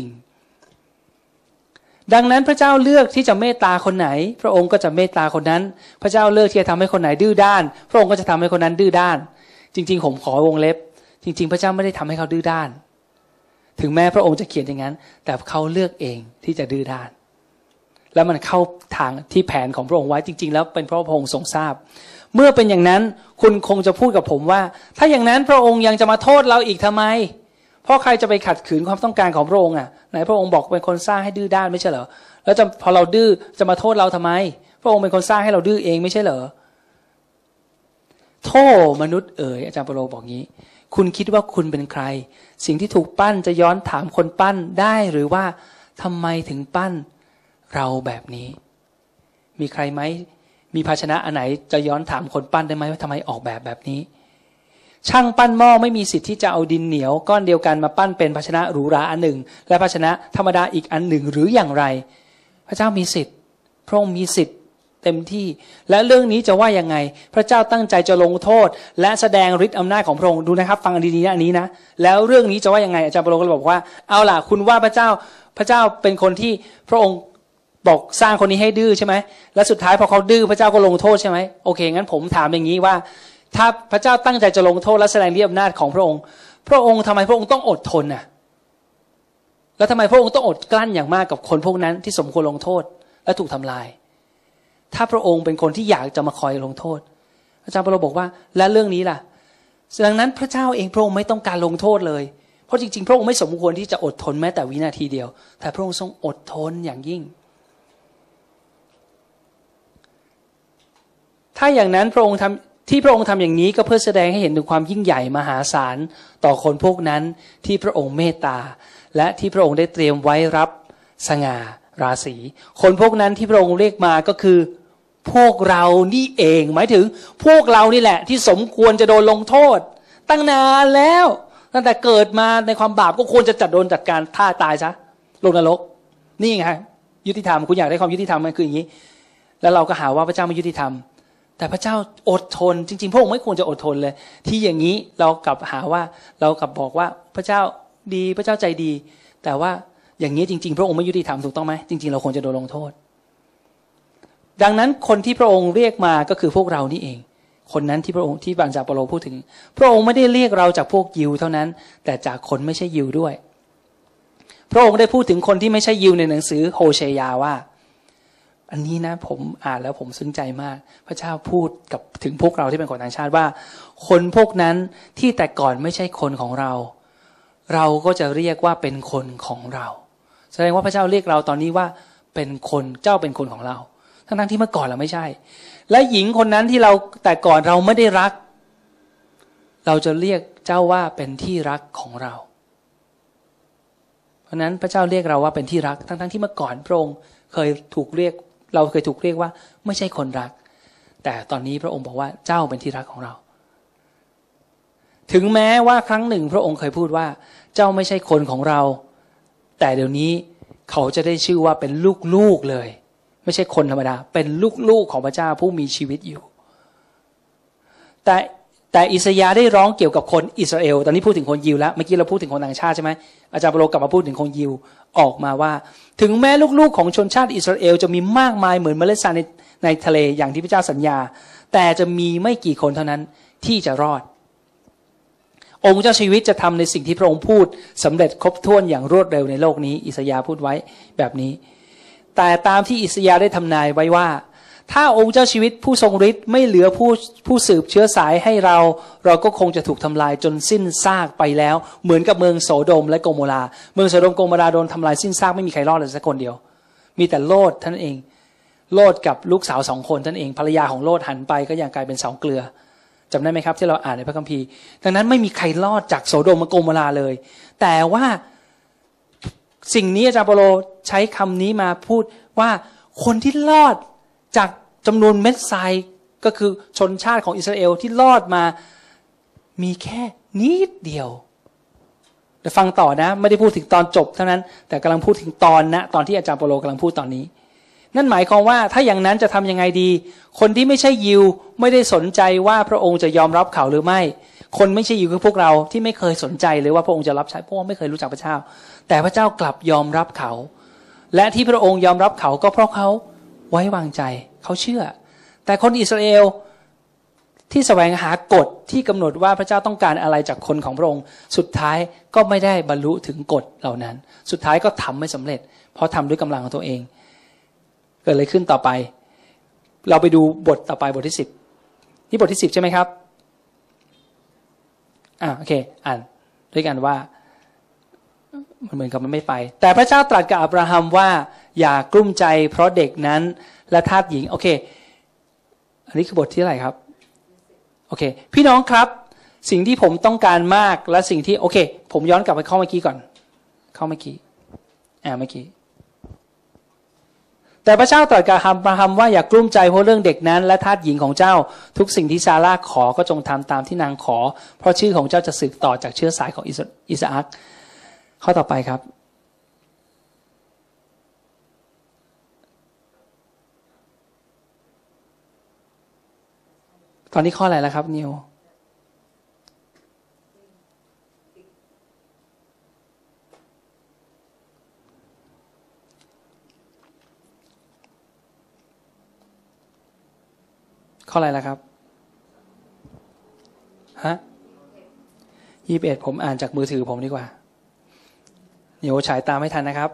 ๆดังนั้นพระเจ้าเลือกที่จะเมตตาคนไหนพระองค์ก็จะเมตตาคนนั้นพระเจ้าเลือกที่จะทำให้คนไหนดื้อด้านพระองค์ก็จะทำให้คนนั้นดื้อด้านจริงๆผมขอวงเล็บจริงๆพระเจ้าไม่ได้ทำให้เขาดื้อด้านถึงแม้พระองค์จะเขียนอย่างนั้นแต่เขาเลือกเองที่จะดื้อด้านแล้วมันเข้าทางที่แผนของพระองค์ไว้จริงๆแล้วเป็นเพราะพระองค์ทรงทราบเมื่อเป็นอย่างนั้นคุณคงจะพูดกับผมว่าถ้าอย่างนั้นพระองค์ยังจะมาโทษเราอีกทำไมเพราะใครจะไปขัดขืนความต้องการของพระองค์อ่ะไหนพระองค์บอกเป็นคนสร้างให้ดื้อด้านไม่ใช่เหรอแล้วพอเราดื้อจะมาโทษเราทำไมพระองค์เป็นคนสร้างให้เราดื้อเองไม่ใช่เหรอโทษมนุษย์อาจารย์เปาโลบอกงี้คุณคิดว่าคุณเป็นใครสิ่งที่ถูกปั้นจะย้อนถามคนปั้นได้หรือว่าทำไมถึงปั้นเราแบบนี้มีใครไหมมีภาชนะอันไหนจะย้อนถามคนปั้นได้ไหมว่าทำไมออกแบบนี้ช่างปั้นหม้อไม่มีสิทธิ์ที่จะเอาดินเหนียวก้อนเดียวกันมาปั้นเป็นภาชนะหรูหราอันหนึ่งและภาชนะธรรมดาอีกอันหนึ่งหรืออย่างไรพระเจ้ามีสิทธิ์พระองค์มีสิทธิ์เต็มที่และเรื่องนี้จะว่ายังไงพระเจ้าตั้งใจจะลงโทษและแสดงฤทธิ์อำนาจของพระองค์ดูนะครับฟังดีๆนะอันนี้นะแล้วเรื่องนี้จะว่ายังไงอาจารย์เปาโลก็บอกว่าเอาล่ะคุณว่าพระเจ้าเป็นคนที่พระองค์บอกสร้างคนนี้ให้ดื้อใช่ไหมแล้วสุดท้ายพอเขาดื้อพระเจ้าก็ลงโทษใช่ไหมโอเคงั้นผมถามอย่างนี้ว่าถ้าพระเจ้าตั้งใจจะลงโทษและแสดงฤทธิ์อำนาจของพระองค์ทำไมพระองค์ต้องอดทนน่ะแล้วทำไมพระองค์ต้องอดกลั้นอย่างมากกับคนพวกนั้นที่สมควรลงโทษและถูกทำลายถ้าพระองค์เป็นคนที่อยากจะมาคอยลงโทษอาจารย์เปาโลบอกว่าและเรื่องนี้ล่ะดังนั้นพระเจ้าเองพระองค์ไม่ต้องการลงโทษเลยเพราะจริงๆพระองค์ไม่สมควรที่จะอดทนแม้แต่วินาทีเดียวแต่พระองค์ทรงอดทนอย่างยิ่งถ้าอย่างนั้นพระองค์ทำอย่างนี้ก็เพื่อแสดงให้เห็นถึงความยิ่งใหญ่มหาศาลต่อคนพวกนั้นที่พระองค์เมตตาและที่พระองค์ได้เตรียมไว้รับสง่าราศีคนพวกนั้นที่พระองค์เรียกมาก็คือพวกเรานี่เองหมายถึงพวกเรานี่แหละที่สมควรจะโดนลงโทษตั้งนานแล้วตั้งแต่เกิดมาในความบาปก็ควรจะโดนจัดการฆ่าตายซะลงนรกนี่ไงยุติธรรมคุณอยากได้ความยุติธรรมมันคืออย่างนี้แล้วเราก็หาว่าพระเจ้าไม่ยุติธรรมแต่พระเจ้าอดทนจริงๆพระองค์ไม่ควรจะอดทนเลยที่อย่างนี้เรากลับหาว่าเรากลับบอกว่าพระเจ้าดีพระเจ้าใจดีแต่ว่าอย่างนี้จริงๆพระองค์ไม่ยุติธรรมถูกต้องไหมจริงๆเราควรจะโดนลงโทษดังนั้นคนที่พระองค์เรียกมาก็คือพวกเรานี่เองคนนั้นที่พระองค์ที่อาจารย์เปาโลพูดถึงพระองค์ไม่ได้เรียกเราจากพวกยิวเท่านั้นแต่จากคนไม่ใช่ยิวด้วยพระองค์ได้พูดถึงคนที่ไม่ใช่ยิวในหนังสือโฮเชยาว่าอันนี้นะผมอ่านแล้วผมซึ้งใจมากพระเจ้าพูดกับถึงพวกเราที่เป็นคนต่างชาติว่าคนพวกนั้นที่แต่ก่อนไม่ใช่คนของเราเราก็จะเรียกว่าเป็นคนของเราแสดงว่าพระเจ้าเรียกเราตอนนี้ว่าเป็นคนเจ้าเป็นคนของเราทั้งที่เมื่อก่อนเราไม่ใช่และหญิงคนนั้นที่เราแต่ก่อนเราไม่ได้รักเราจะเรียกเจ้าว่าเป็นที่รักของเราเพราะนั้นพระเจ้าเรียกเราว่าเป็นที่รักทั้งที่เมื่อก่อนพระองค์เคยถูกเรียกเราเคยถูกเรียกว่าไม่ใช่คนรักแต่ตอนนี้พระองค์บอกว่าเจ้าเป็นที่รักของเราถึงแม้ว่าครั้งหนึ่งพระองค์เคยพูดว่าเจ้าไม่ใช่คนของเราแต่เดี๋ยวนี้เขาจะได้ชื่อว่าเป็นลูกๆเลยไม่ใช่คนธรรมดาเป็นลูกๆของพระเจ้าผู้มีชีวิตอยู่แต่อิสยาห์ได้ร้องเกี่ยวกับคนอิสราเอลตอนนี้พูดถึงคนยิวแล้วเมื่อกี้เราพูดถึงคนต่างชาติใช่ไหมอาจารย์เปโลกลับมาพูดถึงคนยิวออกมาว่าถึงแม้ลูกๆของชนชาติอิสราเอลจะมีมากมายเหมือนเมล็ดทรายในทะเลอย่างที่พระเจ้าสัญญาแต่จะมีไม่กี่คนเท่านั้นที่จะรอดองค์เจ้าชีวิตจะทำในสิ่งที่พระองค์พูดสำเร็จครบถ้วนอย่างรวดเร็วในโลกนี้อิสยาห์พูดไว้แบบนี้แต่ตามที่อิสยาห์ได้ทำนายไว้ว่าถ้าองค์เจ้าชีวิตผู้ทรงฤทธิ์ไม่เหลือผู้สืบเชื้อสายให้เราก็คงจะถูกทำลายจนสิ้นซากไปแล้วเหมือนกับเมืองโสโดมและโกโมราเมืองโสโดมโกโมราโดนทำลายสิ้นซากไม่มีใครรอดเลยสักคนเดียวมีแต่โลดท่านเองโลดกับลูกสาว2 คนท่านเองภรรยาของโลดหันไปก็ยังกลายเป็นเสาเกลือจำได้ไหมครับที่เราอ่านในพระคัมภีร์ดังนั้นไม่มีใครรอดจากโสโดมและโกโมราเลยแต่ว่าสิ่งนี้อาจารย์เปโลใช้คำนี้มาพูดว่าคนที่รอดจากจำนวนเม็ดทรายก็คือชนชาติของอิสราเอลที่รอดมามีแค่นิดเดียวเดี๋ยวฟังต่อนะไม่ได้พูดถึงตอนจบเท่านั้นแต่กำลังพูดถึงตอนที่อาจารย์เปโลกำลังพูดตอนนี้นั่นหมายความว่าถ้าอย่างนั้นจะทำยังไงดีคนที่ไม่ใช่ยิวไม่ได้สนใจว่าพระองค์จะยอมรับเขาหรือไม่คนไม่ใช่ยิวคือพวกเราที่ไม่เคยสนใจเลยว่าพระองค์จะรับใช้เพราะว่าไม่เคยรู้จักพระเจ้าแต่พระเจ้ากลับยอมรับเขาและที่พระองค์ยอมรับเขาก็เพราะเขาไว้วางใจเขาเชื่อแต่คนอิสราเอลที่แสวงหากฎที่กำหนดว่าพระเจ้าต้องการอะไรจากคนของพระองค์สุดท้ายก็ไม่ได้บรรลุถึงกฎเหล่านั้นสุดท้ายก็ทำไม่สำเร็จเพราะทำด้วยกำลังของตัวเองเกิดอะไรขึ้นต่อไปเราไปดูบทต่อไปบทที่10นี่บทที่10ใช่ไหมครับโอเคอ่านด้วยกันว่ามันเหมือนกับมันไม่ไปแต่พระเจ้าตรัสกับอับราฮัมว่าอย่ากลุ้มใจเพราะเด็กนั้นและทาสหญิงโอเคอันนี้คือบทที่เท่าไหร่ครับโอเคพี่น้องครับสิ่งที่ผมต้องการมากและสิ่งที่โอเคผมย้อนกลับไปข้อเมื่อกี้ก่อนข้อเมื่อกี้เมื่อกี้แต่พระเจ้าตรัสกับอับราฮัมว่าอย่ากลุ้มใจเพราะเรื่องเด็กนั้นและทาสหญิงของเจ้าทุกสิ่งที่ซาร่าขอก็จงทำตามที่นางขอเพราะชื่อของเจ้าจะสืบต่อจากเชื้อสายของอิสอัคข้อต่อไปครับตอนนี้ข้ออะไรแล้วครับนิวข้ออะไรแล้วครับ21ผมอ่านจากมือถือผมดีกว่าเดี๋ยวฉายตามไม่ทันนะครับ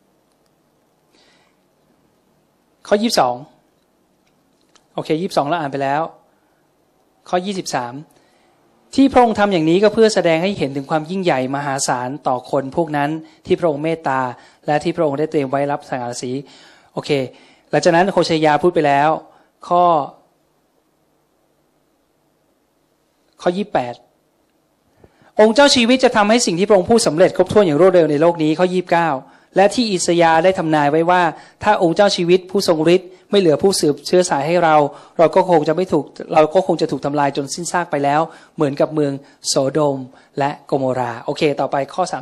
ข้อ22โอเค22แล้วอ่านไปแล้วข้อ23ที่พระองค์ทำอย่างนี้ก็เพื่อแสดงให้เห็นถึงความยิ่งใหญ่มหาศาลต่อคนพวกนั้นที่พระองค์เมตตาและที่พระองค์ได้เตรียมไว้รับสง่าราศีโอเคหลังจากนั้นโฮเชยาพูดไปแล้วข้อ28องค์เจ้าชีวิตจะทำให้สิ่งที่พระองค์พูดสำเร็จครบถ้วนอย่างรวดเร็วในโลกนี้ข้อ29และที่อิสยาห์ได้ทำนายไว้ว่าถ้าองค์เจ้าชีวิตผู้ทรงฤทธิ์ไม่เหลือผู้สืบเชื้อสายให้เราก็คงจะถูกทำลายจนสิ้นซากไปแล้วเหมือนกับเมืองโสโดมและโกโมราโอเคต่อไปข้อ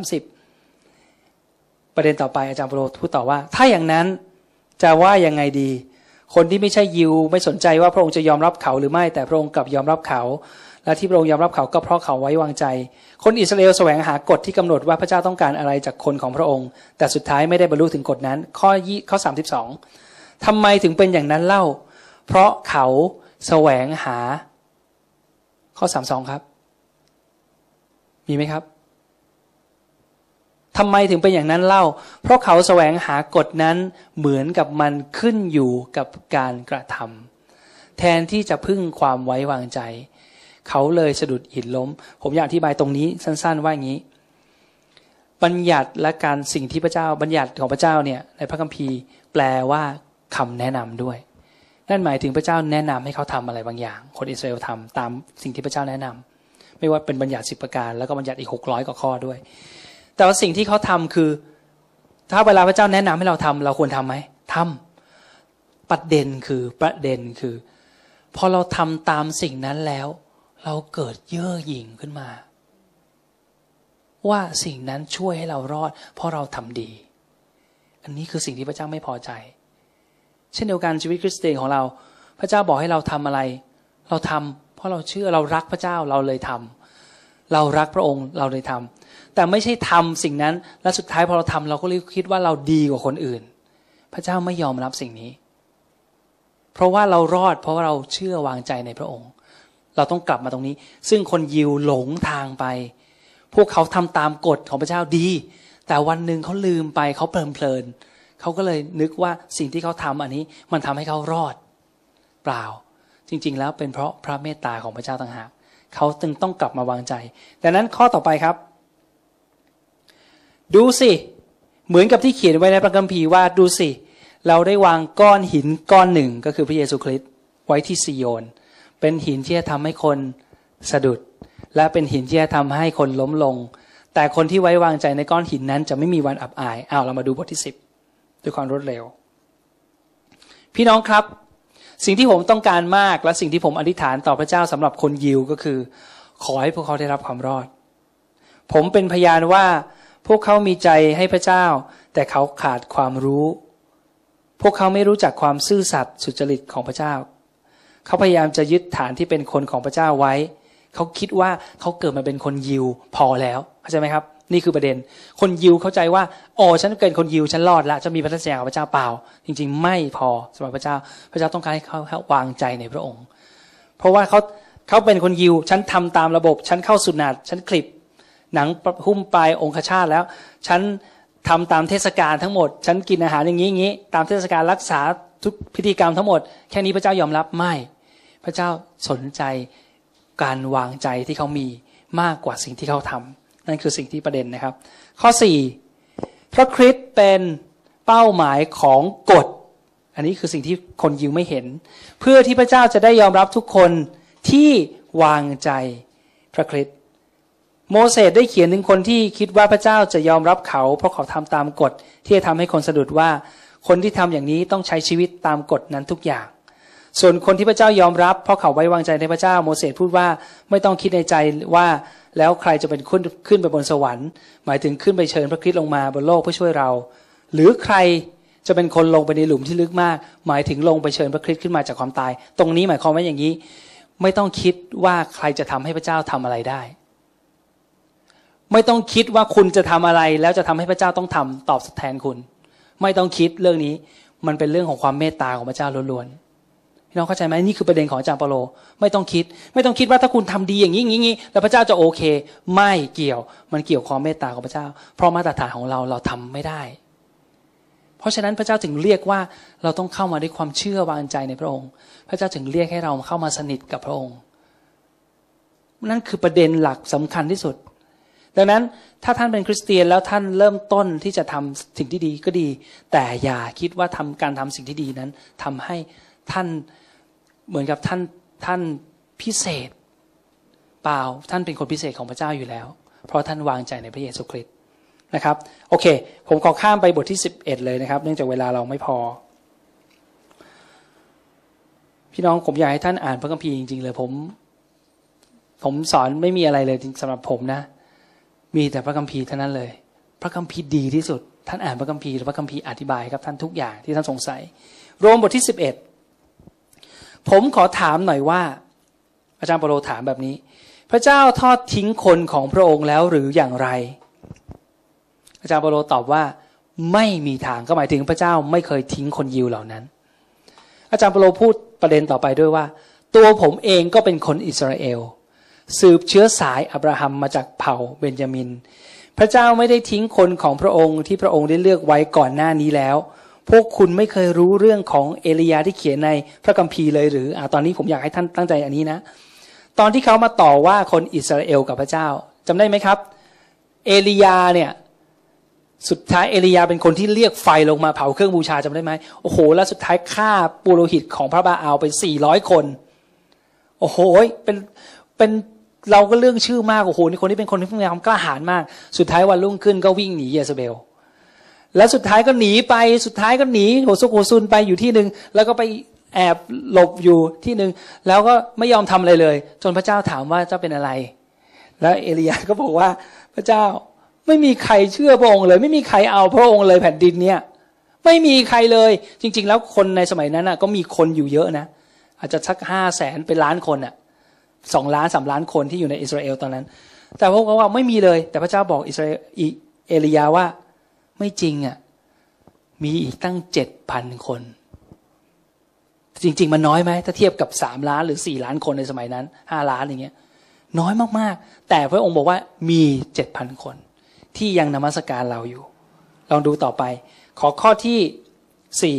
30ประเด็นต่อไปอาจารย์เปโลพูดต่อว่าถ้าอย่างนั้นจะว่ายังไงดีคนที่ไม่ใช่ยิวไม่สนใจว่าพระองค์จะยอมรับเขาหรือไม่แต่พระองค์กลับยอมรับเขาและที่พระองค์ยอมรับเขาก็เพราะเขาไว้วางใจคนอิสราเอลแสวงหากฎที่กำหนดว่าพระเจ้าต้องการอะไรจากคนของพระองค์แต่สุดท้ายไม่ได้บรรลุถึงกฎนั้นข้อ32ทำไมถึงเป็นอย่างนั้นเล่าเพราะเขาแสวงหาข้อ32ครับมีไหมครับททำไมถึงเป็นอย่างนั้นเล่าเพราะเขาแสวงหากฎนั้นเหมือนกับมันขึ้นอยู่กับการกระทำแทนที่จะพึ่งความไว้วางใจเขาเลยสะดุดหินล้มผมอยากอธิบายตรงนี้สั้นๆว่าอย่างนี้บัญญัติและการสิ่งที่พระเจ้าบัญญัติของพระเจ้าเนี่ยในพระคัมภีร์แปลว่าคำแนะนำด้วยนั่นหมายถึงพระเจ้าแนะนำให้เขาทำอะไรบางอย่างคนอิสราเอลทำตามสิ่งที่พระเจ้าแนะนำไม่ว่าเป็นบัญญัติ10 ประการแล้วก็บัญญัติอีก600 กว่าข้อด้วยแต่ว่าสิ่งที่เขาทำคือถ้าเวลาพระเจ้าแนะนำให้เราทำเราควรทำไหมทำประเด็นคือพอเราทำตามสิ่งนั้นแล้วเราเกิดเย่อหยิ่งขึ้นมาว่าสิ่งนั้นช่วยให้เรารอดเพราะเราทำดีอันนี้คือสิ่งที่พระเจ้าไม่พอใจเช่นเดียวกันชีวิตคริสเตียนของเราพระเจ้าบอกให้เราทำอะไรเราทำเพราะเราเชื่อเรารักพระเจ้าเราเลยทำเรารักพระองค์เราเลยทำแต่ไม่ใช่ทำสิ่งนั้นแล้วสุดท้ายพอเราทำเราก็เลยคิดว่าเราดีกว่าคนอื่นพระเจ้าไม่ยอมรับสิ่งนี้เพราะว่าเรารอดเพราะว่าเราเชื่อวางใจในพระองค์เราต้องกลับมาตรงนี้ซึ่งคนยิวหลงทางไปพวกเขาทำตามกฎของพระเจ้าดีแต่วันหนึ่งเขาลืมไปเขาเพลินเขาก็เลยนึกว่าสิ่งที่เขาทำอันนี้มันทำให้เขารอดเปล่าจริงๆแล้วเป็นเพราะพระเมตตาของพระเจ้าต่างหากเขาจึงต้องกลับมาวางใจดังนั้นข้อต่อไปครับดูสิเหมือนกับที่เขียนไว้ในพระคัมภีร์ว่าดูสิเราได้วางก้อนหินก้อนหนึ่งก็คือพระเยซูคริสต์ไว้ที่ซิโยนเป็นหินที่จะทำให้คนสะดุดและเป็นหินที่จะทำให้คนล้มลงแต่คนที่ไว้วางใจในก้อนหินนั้นจะไม่มีวันอับอายเรามาดูบทที่10ด้วยความรวดเร็วพี่น้องครับสิ่งที่ผมต้องการมากและสิ่งที่ผมอธิษฐานต่อพระเจ้าสำหรับคนยิวก็คือขอให้พวกเขาได้รับความรอดผมเป็นพยานว่าพวกเขามีใจให้พระเจ้าแต่เขาขาดความรู้พวกเขาไม่รู้จักความซื่อสัตย์สุจริตของพระเจ้าเขาพยายามจะยึดฐานที่เป็นคนของพระเจ้าไว้เขาคิดว่าเขาเกิดมาเป็นคนยิวพอแล้วเข้าใจไหมครับนี่คือประเด็นคนยิวเข้าใจว่าฉันเกิดคนยิวฉันรอดละจะมีพระทัศน์ของพระเจ้าเปล่าจริงๆไม่พอสำหรับพระเจ้าต้องการให้เขาวางใจในพระองค์เพราะว่าเขาเป็นคนยิวฉันทำตามระบบฉันเข้าสุนัตฉันคลิปหนังหุ้มปลายองคชาตแล้วฉันทำตามเทศกาลทั้งหมดฉันกินอาหารอย่างนี้ตามเทศกาลรักษาทุกพิธีกรรมทั้งหมดแค่นี้พระเจ้ายอมรับไม่พระเจ้าสนใจการวางใจที่เขามีมากกว่าสิ่งที่เขาทำนั่นคือสิ่งที่ประเด็นนะครับข้อ4พระคริสต์เป็นเป้าหมายของกฎอันนี้คือสิ่งที่คนยิวไม่เห็นเพื่อที่พระเจ้าจะได้ยอมรับทุกคนที่วางใจพระคริสต์โมเสสได้เขียนถึงคนที่คิดว่าพระเจ้าจะยอมรับเขาเพราะเขาทำตามกฎที่จะทำให้คนสะดุดว่าคนที่ทำอย่างนี้ต้องใช้ชีวิตตามกฎนั้นทุกอย่างส่วนคนที่พระเจ้ายอมรับเพราะเขาไว้วางใจในพระเจ้าโมเสสพูดว่าไม่ต้องคิดในใจว่าแล้วใครจะเป็นขึ้นไปบนสวรรค์หมายถึงขึ้นไปเชิญพระคริสต์ลงมาบนโลกเพื่อช่วยเราหรือใครจะเป็นคนลงไปในหลุมที่ลึกมากหมายถึงลงไปเชิญพระคริสต์ขึ้นมาจากความตายตรงนี้หมายความว่าอย่างนี้ไม่ต้องคิดว่าใครจะทำให้พระเจ้าทำอะไรได้ไม่ต้องคิดว่าคุณจะทำอะไรแล้วจะทำให้พระเจ้าต้องทำตอบแทนคุณไม่ต้องคิดเรื่องนี้มันเป็นเรื่องของความเมตตาของพระเจ้าล้วนๆพี่น้องเข้าใจไหมนี่คือประเด็นของอาจารย์เปาโลไม่ต้องคิดว่าถ้าคุณทำดีอย่างนี้แล้วพระเจ้าจะโอเคไม่เกี่ยวมันเกี่ยวความเมตตาของพระเจ้าเพราะมาตรฐานของเราทำไม่ได้เพราะฉะนั้นพระเจ้าจึงเรียกว่าเราต้องเข้ามาด้วยความเชื่อวางใจในพระองค์พระเจ้าจึงเรียกให้เราเข้ามาสนิทกับพระองค์นั่นคือประเด็นหลักสำคัญที่สุดดังนั้นถ้าท่านเป็นคริสเตียนแล้วท่านเริ่มต้นที่จะทำสิ่งที่ดีก็ดีแต่อย่าคิดว่าการทำสิ่งที่ดีนั้นทำให้ท่านเหมือนกับท่านพิเศษเปล่าท่านเป็นคนพิเศษของพระเจ้าอยู่แล้วเพราะท่านวางใจในพระเยซูคริสต์นะครับโอเคผมขอข้ามไปบทที่11เลยนะครับเนื่องจากเวลาเราไม่พอพี่น้องผมอยากให้ท่านอ่านพระคัมภีร์จริงๆเลยผมสอนไม่มีอะไรเลยสำหรับผมนะมีแต่พระคัมภีร์เท่านั้นเลยพระคัมภีร์ดีที่สุดท่านอ่านพระคัมภีร์หรือพระคัมภีร์อธิบายครับท่านทุกอย่างที่ท่านสงสัยโรมบทที่11ผมขอถามหน่อยว่าอาจารย์เปาโลถามแบบนี้พระเจ้าทอดทิ้งคนของพระองค์แล้วหรืออย่างไรอาจารย์เปาโลตอบว่าไม่มีทางก็หมายถึงพระเจ้าไม่เคยทิ้งคนยิวเหล่านั้นอาจารย์เปาโลพูดประเด็นต่อไปด้วยว่าตัวผมเองก็เป็นคนอิสราเอลสืบเชื้อสายอับราฮัมมาจากเผ่าเบนจามินพระเจ้าไม่ได้ทิ้งคนของพระองค์ที่พระองค์ได้เลือกไว้ก่อนหน้านี้แล้วพวกคุณไม่เคยรู้เรื่องของเอลียาที่เขียนในพระคัมภีร์เลยหรือตอนนี้ผมอยากให้ท่านตั้งใจอันนี้นะตอนที่เขามาต่อว่าคนอิสราเอลกับพระเจ้าจำได้ไหมครับเอลียาเนี่ยสุดท้ายเอลียาเป็นคนที่เรียกไฟลงมาเผาเครื่องบูชาจำได้ไหมโอ้โหแล้วสุดท้ายฆ่าปุโรหิตของพระบาอาลไป400 คนโอ้โหเป็นเราก็เรื่องชื่อมากโอ้โหนี่คนที่เป็นคนที่มีความกล้าหาญมากสุดท้ายวันรุ่งขึ้นก็วิ่งหนีเยเซเบลแล้วสุดท้ายก็หนีไปสุดท้ายก็หนีโหซุกโหซุนไปอยู่ที่นึงแล้วก็ไปแอบหลบอยู่ที่นึงแล้วก็ไม่ยอมทำอะไรเลยจนพระเจ้าถามว่าเจ้าเป็นอะไรแล้วเอลียาก็บอกว่าพระเจ้าไม่มีใครเชื่อพระองค์เลยไม่มีใครเอาพระองค์เลยแผ่นดินเนี่ยไม่มีใครเลยจริงๆแล้วคนในสมัยนั้นน่ะก็มีคนอยู่เยอะนะอาจจะสัก500,000เป็นล้านคนน่ะ2 ล้าน3 ล้านคนที่อยู่ในอิสราเอลตอนนั้นแต่พวกเขาว่าไม่มีเลยแต่พระเจ้าบอกเอลียาว่าไม่จริงอ่ะมีอีกตั้ง 7,000 คนจริงๆมันน้อยไหมถ้าเทียบกับ3 ล้านหรือ4 ล้านคนในสมัยนั้น5 ล้านอย่างเงี้ยน้อยมากๆแต่พระองค์บอกว่ามี 7,000 คนที่ยังนมัสการเราอยู่ลองดูต่อไปขอข้อที่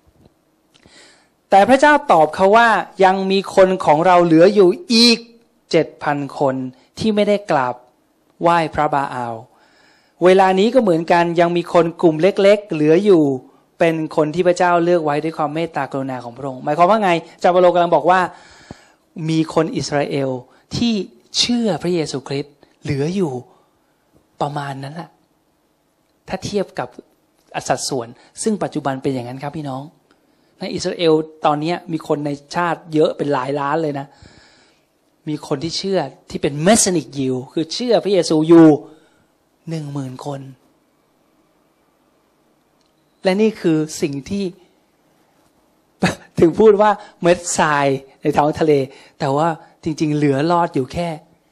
4แต่พระเจ้าตอบเขาว่ายังมีคนของเราเหลืออยู่อีก 7,000 คนที่ไม่ได้กราบไหว้พระบาอาลเวลานี้ก็เหมือนกันยังมีคนกลุ่มเล็กๆเหลืออยู่เป็นคนที่พระเจ้าเลือกไว้ด้วยความเมตตากรุณาของพระองค์หมายความว่าไงจาเปโลกำลังบอกว่ามีคนอิสราเอลที่เชื่อพระเยซูคริสต์เหลืออยู่ประมาณนั้นแหละถ้าเทียบกับสัดส่วนซึ่งปัจจุบันเป็นอย่างนั้นครับพี่น้องในอิสราเอลตอนนี้มีคนในชาติเยอะเป็นหลายล้านเลยนะมีคนที่เชื่อที่เป็นเมสซินิกยิวคือเชื่อพระเยซูอยู่ 10,000 คนและนี่คือสิ่งที่ถึงพูดว่าเม็ดทรายในท้องทะเลแต่ว่าจริงๆเหลือรอดอยู่แค่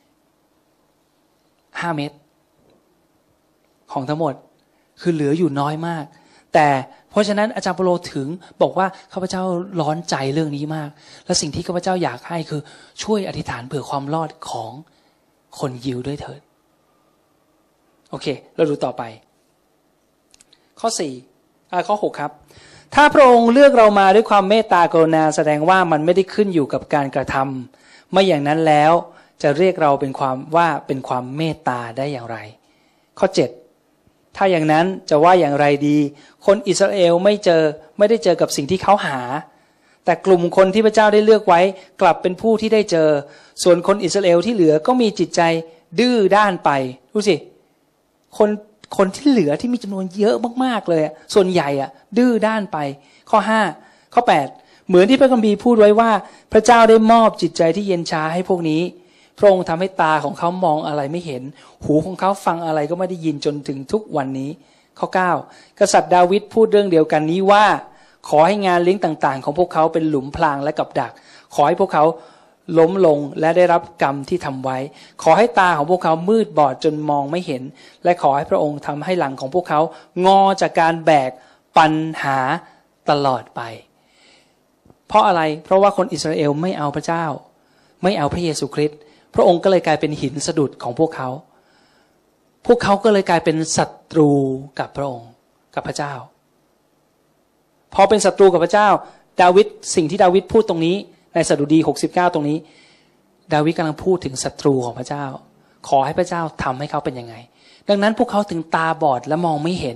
5 เม็ดของทั้งหมดคือเหลืออยู่น้อยมากแต่เพราะฉะนั้นอาจารย์เปโลถึงบอกว่าข้าพเจ้าร้อนใจเรื่องนี้มากและสิ่งที่ข้าพเจ้าอยากให้คือช่วยอธิษฐานเผื่อความรอดของคนยิวด้วยเถิดโอเคเราดูต่อไปข้อ6ครับถ้าพระองค์เลือกเรามาด้วยความเมตตากรุณาแสดงว่ามันไม่ได้ขึ้นอยู่กับการกระทำไม่อย่างนั้นแล้วจะเรียกเราเป็นความเมตตาได้อย่างไรข้อ7ถ้าอย่างนั้นจะว่าอย่างไรดีคนอิสราเอลไม่ได้เจอกับสิ่งที่เขาหาแต่กลุ่มคนที่พระเจ้าได้เลือกไว้กลับเป็นผู้ที่ได้เจอส่วนคนอิสราเอลที่เหลือก็มีจิตใจดื้อด้านไปดูสิคนที่เหลือที่มีจำนวนเยอะมากๆเลยส่วนใหญ่ดื้อด้านไปข้อ5ข้อ8เหมือนที่พระคัมภีร์พูดไว้ว่าพระเจ้าได้มอบจิตใจที่เย็นชาให้พวกนี้พระองค์ทำให้ตาของเขามองอะไรไม่เห็นหูของเขาฟังอะไรก็ไม่ได้ยินจนถึงทุกวันนี้ข้อ9กษัตริย์ดาวิดพูดเรื่องเดียวกันนี้ว่าขอให้งานเลี้ยงต่างๆของพวกเขาเป็นหลุมพรางและกับดักขอให้พวกเขาล้มลงและได้รับกรรมที่ทำไว้ขอให้ตาของพวกเขามืดบอดจนมองไม่เห็นและขอให้พระองค์ทำให้หลังของพวกเขางอจากการแบกปัญหาตลอดไปเพราะอะไรเพราะว่าคนอิสราเอลไม่เอาพระเจ้าไม่เอาพระเยซูคริสต์พระองค์ก็เลยกลายเป็นหินสะดุดของพวกเขาก็เลยกลายเป็นศัตรูกับพระองค์กับพระเจ้าพอเป็นศัตรูกับพระเจ้าดาวิดสิ่งที่ดาวิดพูดตรงนี้ในสดุดี69ตรงนี้ดาวิดกำลังพูดถึงศัตรูของพระเจ้าขอให้พระเจ้าทำให้เขาเป็นยังไงดังนั้นพวกเขาถึงตาบอดและมองไม่เห็น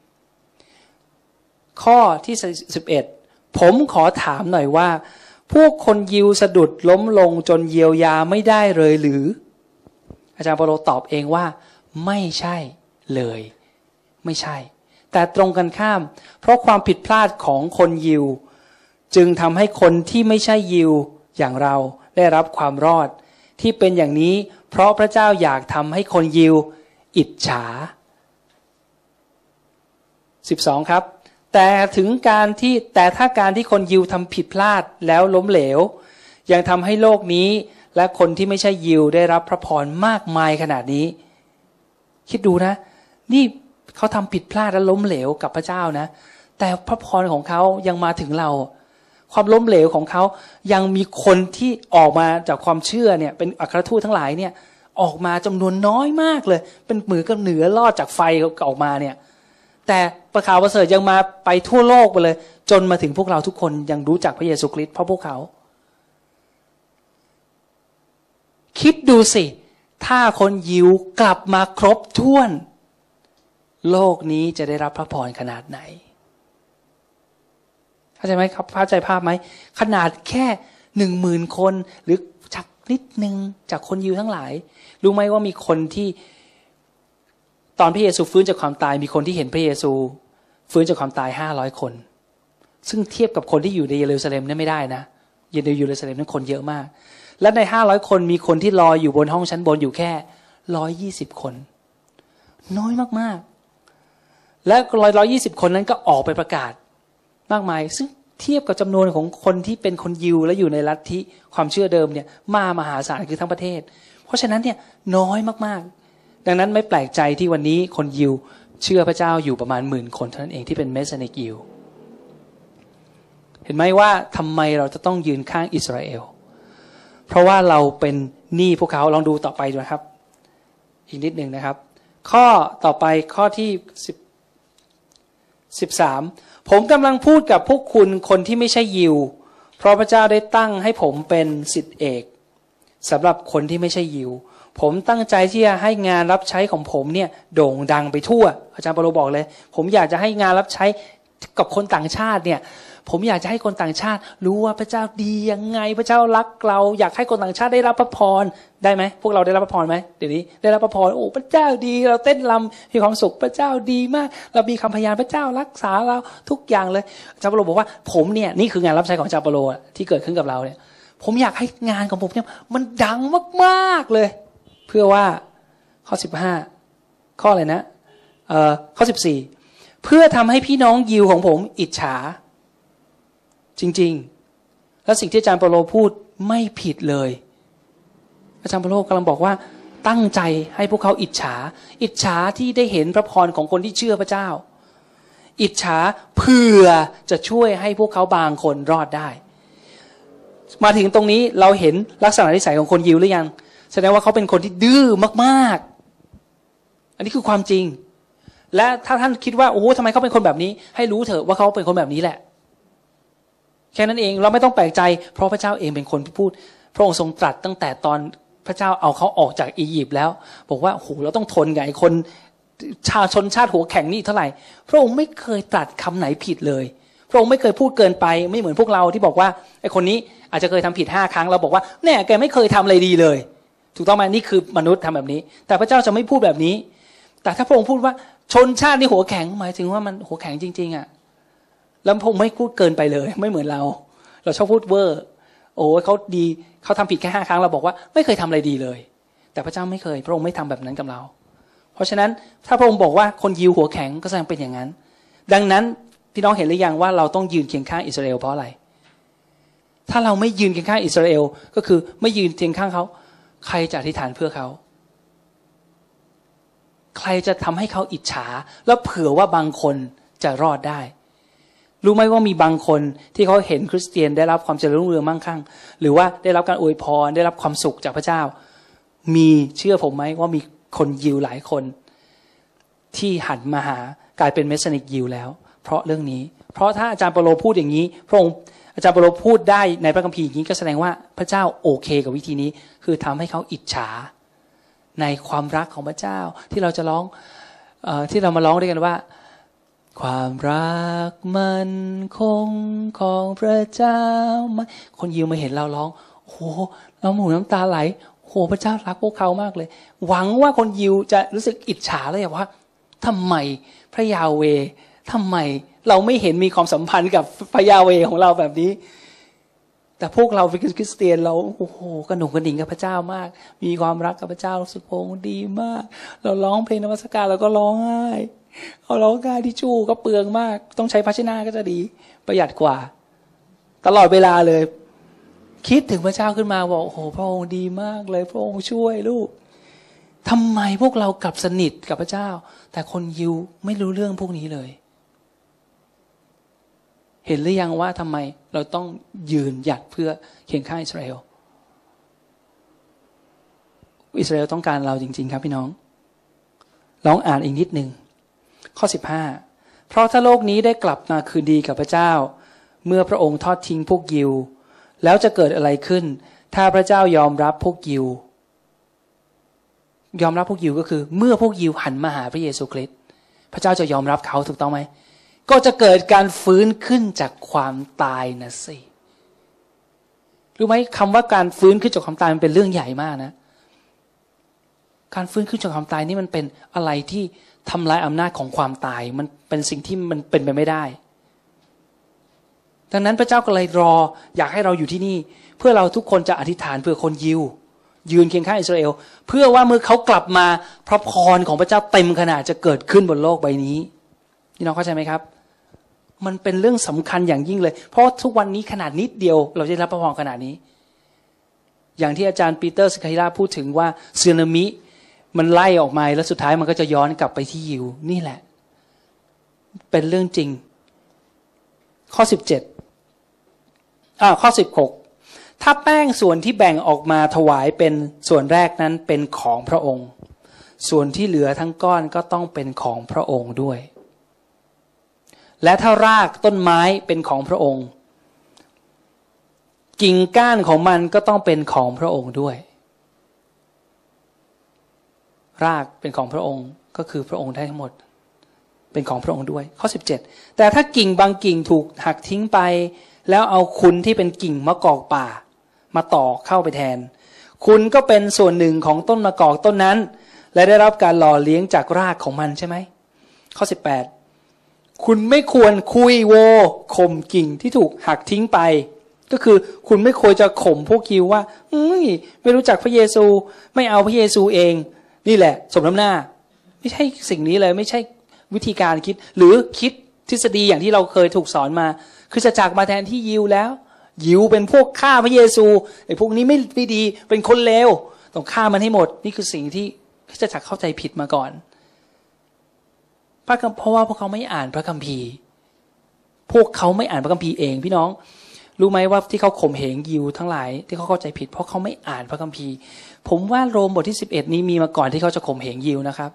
ข้อที่11ผมขอถามหน่อยว่าพวกคนยิวสะดุดล้มลงจนเยียวยาไม่ได้เลยหรืออาจารย์เปโลตอบเองว่าไม่ใช่เลยไม่ใช่แต่ตรงกันข้ามเพราะความผิดพลาดของคนยิวจึงทำให้คนที่ไม่ใช่ยิวอย่างเราได้รับความรอดที่เป็นอย่างนี้เพราะพระเจ้าอยากทำให้คนยิวอิจฉา12ครับแต่ถ้าการที่คนยิวทำผิดพลาดแล้วล้มเหลวยังทำให้โลกนี้และคนที่ไม่ใช่ยิวได้รับพระพรมากมายขนาดนี้คิดดูนะนี่เขาทำผิดพลาดและล้มเหลวกับพระเจ้านะแต่พระพรของเขายังมาถึงเราความล้มเหลวของเขายังมีคนที่ออกมาจากความเชื่อเนี่ยเป็นอัครทูตทั้งหลายเนี่ยออกมาจำนวนน้อยมากเลยเป็นเหมือนกับเหนือรอดจากไฟออกมาเนี่ยแต่ประข่าวประเสริฐยังมาไปทั่วโลกไปเลยจนมาถึงพวกเราทุกคนยังรู้จักพระเยซูคริสต์เพราะพวกเขาคิดดูสิถ้าคนยิวกลับมาครบถ้วนโลกนี้จะได้รับพระพรขนาดไหนเข้าใจไหมครับเข้าใจภาพไหมขนาดแค่10,000 คนหรือจากนิดนึงจากคนยิวทั้งหลายรู้ไหมว่ามีคนที่ตอนพระเยซูฟื้นจากความตายมีคนที่เห็นพระเยซูฟื้นจากความตาย500 คนซึ่งเทียบกับคนที่อยู่ในเยรูซาเล็มเนี่ยไม่ได้นะในเยรูซาเล็มนั้นคนเยอะมากและใน500 คนมีคนที่รออยู่บนห้องชั้นบนอยู่แค่120 คนน้อยมากๆและ120 คนนั้นก็ออกไปประกาศมากมายซึ่งเทียบกับจำนวนของคนที่เป็นคนยิวและอยู่ในลัทธิความเชื่อเดิมเนี่ยมหาศาลคือทั้งประเทศเพราะฉะนั้นเนี่ยน้อยมากๆดังนั้นไม่แปลกใจที่วันนี้คนยิวเชื่อพระเจ้าอยู่ประมาณ10,000 คนเท่านั้นเองที่เป็นเมสนิกยิวเห็นไหมว่าทำไมเราจะต้องยืนข้างอิสราเอลเพราะว่าเราเป็นหนี้พวกเขาลองดูต่อไปดูนะครับอีกนิดหนึ่งนะครับข้อต่อไปข้อที่13ผมกำลังพูดกับพวกคุณคนที่ไม่ใช่ยิวเพราะพระเจ้าได้ตั้งให้ผมเป็นศิษย์เอกสำหรับคนที่ไม่ใช่ยิวผมตั้งใจที่จะให้งานรับใช้ของผมเนี่ยโด่งดังไปทั่วอาจารย์เปาโลบอกเลยผมอยากจะให้งานรับใช้กับคนต่างชาติเนี่ยผมอยากจะให้คนต่างชาติรู้ว่าพระเจ้าดียังไงพระเจ้ารักเราอยากให้คนต่างชาติได้รับพระพรได้ไหมพวกเราได้รับพระพรไหมเดี๋ยวนี้ได้รับพระพรโอ้พระเจ้าดีเราเต้นรำมีความสุขพระเจ้าดีมากเรามีคำพยานพระเจ้ารักษาเราทุกอย่างเลยอาจารย์เปาโลบอกว่าผมเนี่ยนี่คืองานรับใช้ของอาจารย์เปาโลที่เกิดขึ้นกับเราเนี่ยผมอยากให้งานของผมเนี่ยมันดังมากๆเลยเพื่อว่าข้อ15ข้ออะไรนะข้อ14เพื่อทำให้พี่น้องยิวของผมอิจฉาจริงๆและสิ่งที่อาจารย์เปาโลพูดไม่ผิดเลยอาจารย์เปาโลกำลังบอกว่าตั้งใจให้พวกเขาอิจฉาที่ได้เห็นพระพรของคนที่เชื่อพระเจ้าอิจฉาเพื่อจะช่วยให้พวกเขาบางคนรอดได้มาถึงตรงนี้เราเห็นลักษณะนิสัยของคนยิวหรือยังแสดงว่าเขาเป็นคนที่ดื้อมากๆอันนี้คือความจริงและถ้าท่านคิดว่าโอ้ทำไมเขาเป็นคนแบบนี้ให้รู้เถอะว่าเขาเป็นคนแบบนี้แหละแค่นั้นเองเราไม่ต้องแปลกใจเพราะพระเจ้าเองเป็นคนที่พูดพระองค์ทรงตรัสตั้งแต่ตอนพระเจ้าเอาเขาออกจากอียิปต์แล้วบอกว่าโอ้โหเราต้องทนกับไอ้คนชนชาติหัวแข็งนี่เท่าไหร่พระองค์ไม่เคยตรัสคำไหนผิดเลยพระองค์ไม่เคยพูดเกินไปไม่เหมือนพวกเราที่บอกว่าไอ้คนนี้อาจจะเคยทำผิด5 ครั้งเราบอกว่าแน่แกไม่เคยทำอะไรดีเลยถูกต้องไหมนี่คือมนุษย์ทำแบบนี้แต่พระเจ้าจะไม่พูดแบบนี้แต่ถ้าพระองค์พูดว่าชนชาตินี่หัวแข็งหมายถึงว่ามันหัวแข็งจริงๆอ่ะแล้วพระองค์ไม่พูดเกินไปเลยไม่เหมือนเราชอบพูดเวอร์โอ้เขาดีเขาทำผิดแค่5 ครั้งเราบอกว่าไม่เคยทำอะไรดีเลยแต่พระเจ้าไม่เคยพระองค์ไม่ทำแบบนั้นกับเราเพราะฉะนั้นถ้าพระองค์บอกว่าคนยิวหัวแข็งก็แสดงเป็นอย่างนั้นดังนั้นพี่น้องเห็นหรือยังว่าเราต้องยืนเคียงข้างอิสราเอลเพราะอะไรถ้าเราไม่ยืนเคียงข้างอิสราเอลก็คือไม่ยืนเคียงข้างเขาใครจะอธิษฐานเพื่อเขาใครจะทำให้เขาอิจฉาแล้วเผื่อว่าบางคนจะรอดได้รู้ไหมว่ามีบางคนที่เขาเห็นคริสเตียนได้รับความเจริญรุ่งเรืองมั่งคั่งหรือว่าได้รับการอวยพรได้รับความสุขจากพระเจ้ามีเชื่อผมไหมว่ามีคนยิวหลายคนที่หันมาหากลายเป็นเมสสินิกยิวแล้วเพราะเรื่องนี้เพราะถ้าอาจารย์เปาโลพูดอย่างนี้พระองค์อาจารย์เปาโลพูดได้ในพระคัมภีร์อย่างนี้ก็แสดงว่าพระเจ้าโอเคกับวิธีนี้คือทำให้เขาอิจฉาในความรักของพระเจ้าที่เราจะร้องที่เรามาร้องด้วยกันว่าความรักมันคงของพระเจ้าคนยิวมาเห็นเราร้องโอ้โหเราหมู่น้ำตาไหลโอ้โหพระเจ้ารักพวกเขามากเลยหวังว่าคนยิวจะรู้สึกอิจฉาเลยว่าทำไมพระยาเวห์ทำไมเราไม่เห็นมีความสัมพันธ์กับพระยาเวห์ของเราแบบนี้แต่พวกเราเป็นคริสเตียนเราโอ้โหกระหนุ่มกระดิ่งกับพระเจ้ามากมีความรักกับพระเจ้ารู้สึกโอ้ดีมากเราร้องเพลงนมัสการเราก็ร้องไห้เอาร้องไห้ที่ชู่ก็เปลืองมากต้องใช้ภาชนะก็จะดีประหยัดกว่าตลอดเวลาเลยคิดถึงพระเจ้าขึ้นมาบอกโอ้โหพระองค์ดีมากเลยพระองค์ช่วยลูกทำไมพวกเรากลับสนิทกับพระเจ้าแต่คนยิวไม่รู้เรื่องพวกนี้เลยเห็นหรือยังว่าทำไมเราต้องยืนหยัดเพื่อเคียงข้างอิสราเอลอิสราเอลต้องการเราจริงๆครับพี่น้องลองอ่านอีกนิดนึงข้อ15เพราะถ้าโลกนี้ได้กลับมาคืนดีกับพระเจ้าเมื่อพระองค์ทอดทิ้งพวกยิวแล้วจะเกิดอะไรขึ้นถ้าพระเจ้ายอมรับพวกยิวยอมรับพวกยิวก็คือเมื่อพวกยิวหันมาหาพระเยซูคริสต์พระเจ้าจะยอมรับเขาถูกต้องไหมก็จะเกิดการฟื้นขึ้นจากความตายนะสิรู้ไหมคำว่าการฟื้นขึ้นจากความตายมันเป็นเรื่องใหญ่มากนะการฟื้นขึ้นจากความตายนี่มันเป็นอะไรที่ทำลายอำนาจของความตายมันเป็นสิ่งที่มันเป็นไปไม่ได้ดังนั้นพระเจ้าก็เลยรออยากให้เราอยู่ที่นี่เพื่อเราทุกคนจะอธิษฐานเพื่อคนยิวยืนเคียงข้างอิสราเอลเพื่อว่าเมื่อเขากลับมาพระพรของพระเจ้าเต็มขนาดจะเกิดขึ้นบนโลกใบนี้พี่น้องเข้าใจไหมครับมันเป็นเรื่องสำคัญอย่างยิ่งเลยเพราะทุกวันนี้ขนาดนิดเดียวเราจะได้รับพระพรขนาดนี้อย่างที่อาจารย์ปีเตอร์สคาฮิราพูดถึงว่าสึนามิมันไล่ออกมาแล้วสุดท้ายมันก็จะย้อนกลับไปที่ยิวนี่แหละเป็นเรื่องจริงข้อข้อ16ถ้าแป้งส่วนที่แบ่งออกมาถวายเป็นส่วนแรกนั้นเป็นของพระองค์ส่วนที่เหลือทั้งก้อนก็ต้องเป็นของพระองค์ด้วยและถ้ารากต้นไม้เป็นของพระองค์กิ่งก้านของมันก็ต้องเป็นของพระองค์ด้วยรากเป็นของพระองค์ก็คือพระองค์ได้ทั้งหมดเป็นของพระองค์ด้วยข้อ17แต่ถ้ากิ่งบางกิ่งถูกหักทิ้งไปแล้วเอาคุณที่เป็นกิ่งมะกอกป่ามาต่อเข้าไปแทนคุณก็เป็นส่วนหนึ่งของต้นมะกอกต้นนั้นและได้รับการหล่อเลี้ยงจากรากของมันใช่ไหมข้อ18คุณไม่ควรคุยโวข่มกิ่งที่ถูกหักทิ้งไปก็คือคุณไม่ควรจะข่มพวกยิวว่าไม่รู้จักพระเยซูไม่เอาพระเยซูเองนี่แหละสมน้ำหน้าไม่ใช่สิ่งนี้เลยไม่ใช่วิธีการคิดหรือคิดทฤษฎีอย่างที่เราเคยถูกสอนมาคือจะจากมาแทนที่ยิวแล้วยิวเป็นพวกฆ่าพระเยซูไอ้พวกนี้ไม่ดีเป็นคนเลวต้องฆ่ามันให้หมดนี่คือสิ่งที่จะจากเข้าใจผิดมาก่อนเพราะว่าพวกเขาไม่อ่านพระคัมภีร์พวกเขาไม่อ่านพระคัมภีร์เองพี่น้องรู้ไหมว่าที่เขาข่มเหงยิวทั้งหลายที่เขาเข้าใจผิดเพราะเขาไม่อ่านพระคัมภีร์ผมว่าโรมบทที่11นี้มีมาก่อนที่เขาจะข่มเหงยิวนะครับ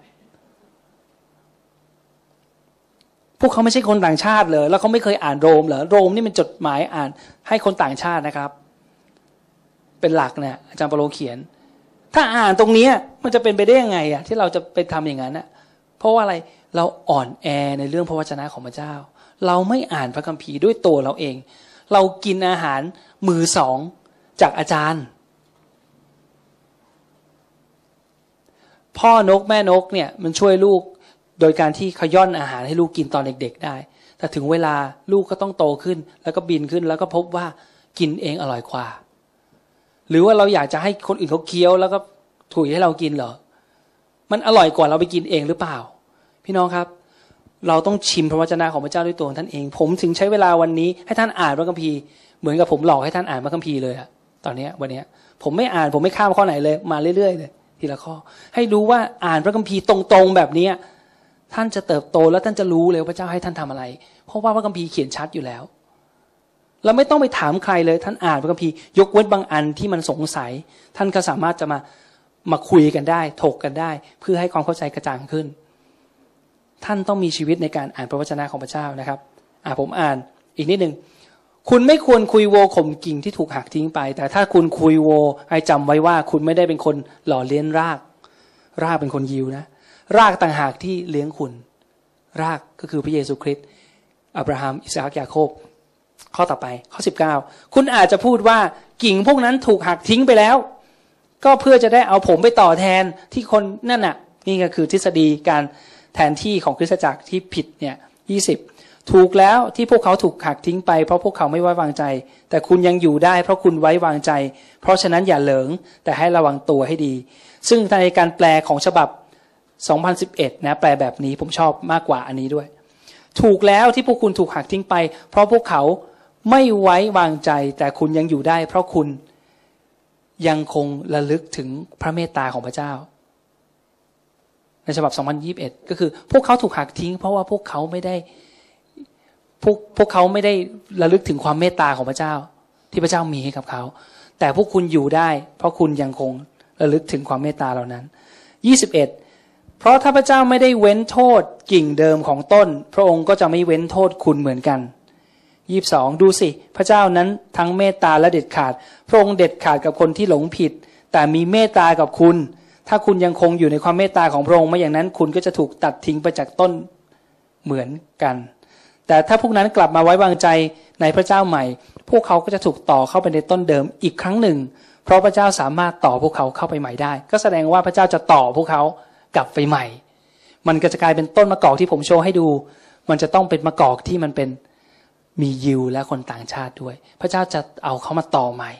พวกเขาไม่ใช่คนต่างชาติเลยแล้วเขาไม่เคยอ่านโรมเหรอโรมนี่เป็นจดหมายอ่านให้คนต่างชาตินะครับเป็นหลักเนี่ยอาจารย์เปโลเขียนถ้าอ่านตรงนี้มันจะเป็นไปได้ยังไงอะที่เราจะไปทำอย่างนั้นนะเพราะว่าอะไรเราอ่อนแอในเรื่องพระวจนะของพระเจ้าเราไม่อ่านพระคัมภีร์ด้วยตัวเราเองเรากินอาหารมือสองจากอาจารย์พ่อนกแม่นกเนี่ยมันช่วยลูกโดยการที่ขย่อนอาหารให้ลูกกินตอนเด็กๆได้แต่ถึงเวลาลูกก็ต้องโตขึ้นแล้วก็บินขึ้นแล้วก็พบว่ากินเองอร่อยกว่าหรือว่าเราอยากจะให้คนอื่นเขาเคี้ยวแล้วก็ถุยให้เรากินเหรอมันอร่อยกว่าเราไปกินเองหรือเปล่าพี่น้องครับเราต้องชิมพระวจนะของพระเจ้าด้วยตัวของท่านเองผมถึงใช้เวลาวันนี้ให้ท่านอ่านพระคัมภีร์เหมือนกับผมหลอกให้ท่านอ่านพระคัมภีร์เลยอะตอนนี้วันนี้ผมไม่อ่านผมไม่ข้ามข้อไหนเลยมาเรื่อยๆเลยทีละข้อให้รู้ว่าอ่านพระคัมภีร์ตรงๆแบบนี้ท่านจะเติบโตแล้วท่านจะรู้เลยว่าพระเจ้าให้ท่านทำอะไรเพราะว่าพระคัมภีร์เขียนชัดอยู่แล้วเราไม่ต้องไปถามใครเลยท่านอ่านพระคัมภีร์ยกเว้นบางอันที่มันสงสัยท่านก็สามารถจะมาคุยกันได้ถกกันได้เพื่อให้ความเข้าใจกระจ่างขึ้นท่านต้องมีชีวิตในการอ่านพระวจนะของพระเจ้านะครับผมอ่านอีกนิดนึงคุณไม่ควรคุยโวข่มกิ่งที่ถูกหักทิ้งไปแต่ถ้าคุณคุยโวให้จำไว้ว่าคุณไม่ได้เป็นคนหล่อเลี้ยงรากเป็นคนยิวนะรากต่างหากที่เลี้ยงคุณรากก็คือพระเยซูคริสต์อับราฮัมอิสอัคยาโคบข้อต่อไปข้อ19คุณอาจจะพูดว่ากิ่งพวกนั้นถูกหักทิ้งไปแล้วก็เพื่อจะได้เอาผมไปต่อแทนที่คนนั่นน่ะนี่ก็คือทฤษฎีการแทนที่ของคริสตจักรที่ผิดเนี่ย20ถูกแล้วที่พวกเขาถูกหักทิ้งไปเพราะพวกเขาไม่ไว้วางใจแต่คุณยังอยู่ได้เพราะคุณไว้วางใจเพราะฉะนั้นอย่าเหลิงแต่ให้ระวังตัวให้ดีซึ่งในการแปลของฉบับ2011นะแปลแบบนี้ผมชอบมากกว่าอันนี้ด้วยถูกแล้วที่พวกคุณถูกหักทิ้งไปเพราะพวกเขาไม่ไว้วางใจแต่คุณยังอยู่ได้เพราะคุณยังคงระลึกถึงพระเมตตาของพระเจ้าในฉบับ2021ก็คือพวกเขาถูกหักทิ้งเพราะว่าพวกเขาไม่ได้พวกเขาไม่ได้ระลึกถึงความเมตตาของพระเจ้าที่พระเจ้ามีให้กับเขาแต่พวกคุณอยู่ได้เพราะคุณยังคงระลึกถึงความเมตตาเหล่านั้น21เพราะถ้าพระเจ้าไม่ได้เว้นโทษกิ่งเดิมของต้นพระองค์ก็จะไม่เว้นโทษคุณเหมือนกัน22ดูสิพระเจ้านั้นทั้งเมตตาและเด็ดขาดพระองค์เด็ดขาดกับคนที่หลงผิดแต่มีเมตตากับคุณถ้าคุณยังคงอยู่ในความเมตตาของพระองค์ไม่อย่างนั้นคุณก็จะถูกตัดทิ้งไปจากต้นเหมือนกันแต่ถ้าพวกนั้นกลับมาไว้วางใจในพระเจ้าใหม่พวกเขาก็จะถูกต่อเข้าไปในต้นเดิมอีกครั้งหนึ่งเพราะพระเจ้าสามารถต่อพวกเขาเข้าไปใหม่ได้ก็แสดงว่าพระเจ้าจะต่อพวกเขากลับไปใหม่มันก็จะกลายเป็นต้นมะกอกที่ผมโชว์ให้ดูมันจะต้องเป็นมะกอกที่มันเป็นมียิวและคนต่างชาติด้วยพระเจ้าจะเอาเขามาต่อใหม่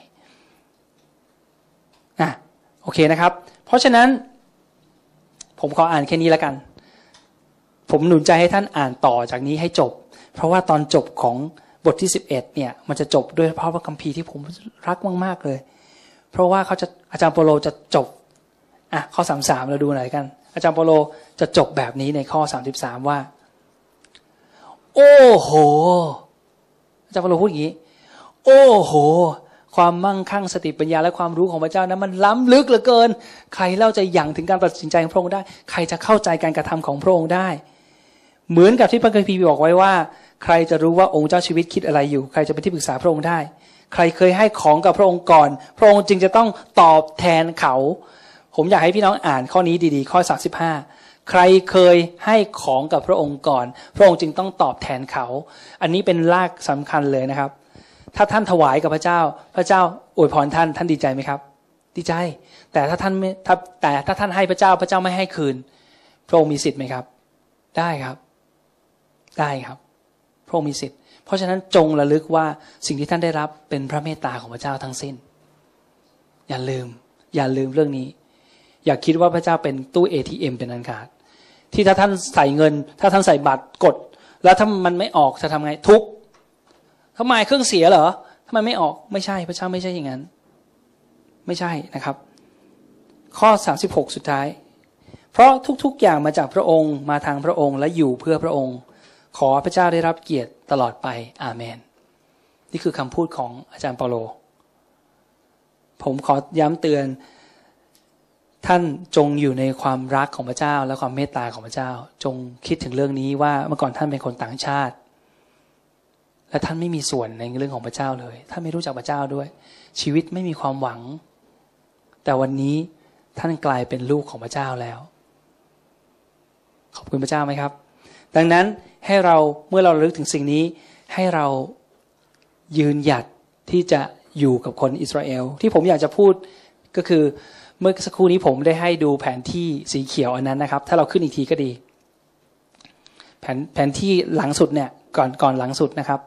โอเคนะครับเพราะฉะนั้นผมขออ่านแค่นี้แล้วกันผมหนุนใจให้ท่านอ่านต่อจากนี้ให้จบเพราะว่าตอนจบของบทที่11เนี่ยมันจะจบด้วยพระคัมภีร์ที่ผมรักมากๆเลยเพราะว่าอาจารย์เปโลจะจบข้อ33เราดูหน่อยกันอาจารย์เปโลจะจบแบบนี้ในข้อ33ว่าโอ้โหอาจารย์เปโลพูดอย่างนี้โอ้โหความมั่งคั่งสติปัญญาและความรู้ของพระเจ้านั้นมันล้ำลึกเหลือเกินใครเล่าจะยังถึงการตัดสินใจของพระองค์ได้ใครจะเข้าใจการกระทำของพระองค์ได้เหมือนกับที่พระคัมภีร์บอกไว้ว่าใครจะรู้ว่าองค์เจ้าชีวิตคิดอะไรอยู่ใครจะเป็นที่ปรึกษาพระองค์ได้ใครเคยให้ของกับพระองค์ก่อนพระองค์จึงจะต้องตอบแทนเขาผมอยากให้พี่น้องอ่านข้อนี้ดีๆข้อ35ใครเคยให้ของกับพระองค์ก่อนพระองค์จึงต้องตอบแทนเขาอันนี้เป็นรากสำคัญเลยนะครับถ้าท่านถวายกับพระเจ้าพระเจ้าอวยพรท่านดีใจไหมครับดีใจแต่ถ้าท่านให้พระเจ้าไม่ให้คืนพระองค์มีสิทธิ์ไหมครับได้ครับพระองค์มีสิทธิ์เพราะฉะนั้นจงระลึกว่าสิ่งที่ท่านได้รับเป็นพระเมตตาของพระเจ้าทั้งสิ้นอย่าลืมเรื่องนี้อย่าคิดว่าพระเจ้าเป็นตู้ ATM เป็นอันขาดที่ถ้าท่านใส่เงินถ้าท่านใส่บัตรกดแล้วถ้ามันไม่ออกจะทำไงทุบทำไมเครื่องเสียเหรอทำไมไม่ออกไม่ใช่พระเจ้าไม่ใช่อย่างนั้นไม่ใช่นะครับข้อ36สุดท้ายเพราะทุกๆอย่างมาจากพระองค์มาทางพระองค์และอยู่เพื่อพระองค์ขอพระเจ้าได้รับเกียรติตลอดไปอาเมนนี่คือคำพูดของอาจารย์เปาโลผมขอย้ำเตือนท่านจงอยู่ในความรักของพระเจ้าและความเมตตาของพระเจ้าจงคิดถึงเรื่องนี้ว่าเมื่อก่อนท่านเป็นคนต่างชาติและท่านไม่มีส่วนในเรื่องของพระเจ้าเลยท่านไม่รู้จักพระเจ้าด้วยชีวิตไม่มีความหวังแต่วันนี้ท่านกลายเป็นลูกของพระเจ้าแล้วขอบคุณพระเจ้าไหมครับดังนั้นให้เราเมื่อเราระลึกถึงสิ่งนี้ให้เรายืนหยัดที่จะอยู่กับคนอิสราเอลที่ผมอยากจะพูดก็คือเมื่อสักครู่นี้ผมได้ให้ดูแผนที่สีเขียวอันนั้นนะครับถ้าเราขึ้นอีกทีก็ดีแผนที่หลังสุดเนี่ยก่อนหลังสุดนะครับ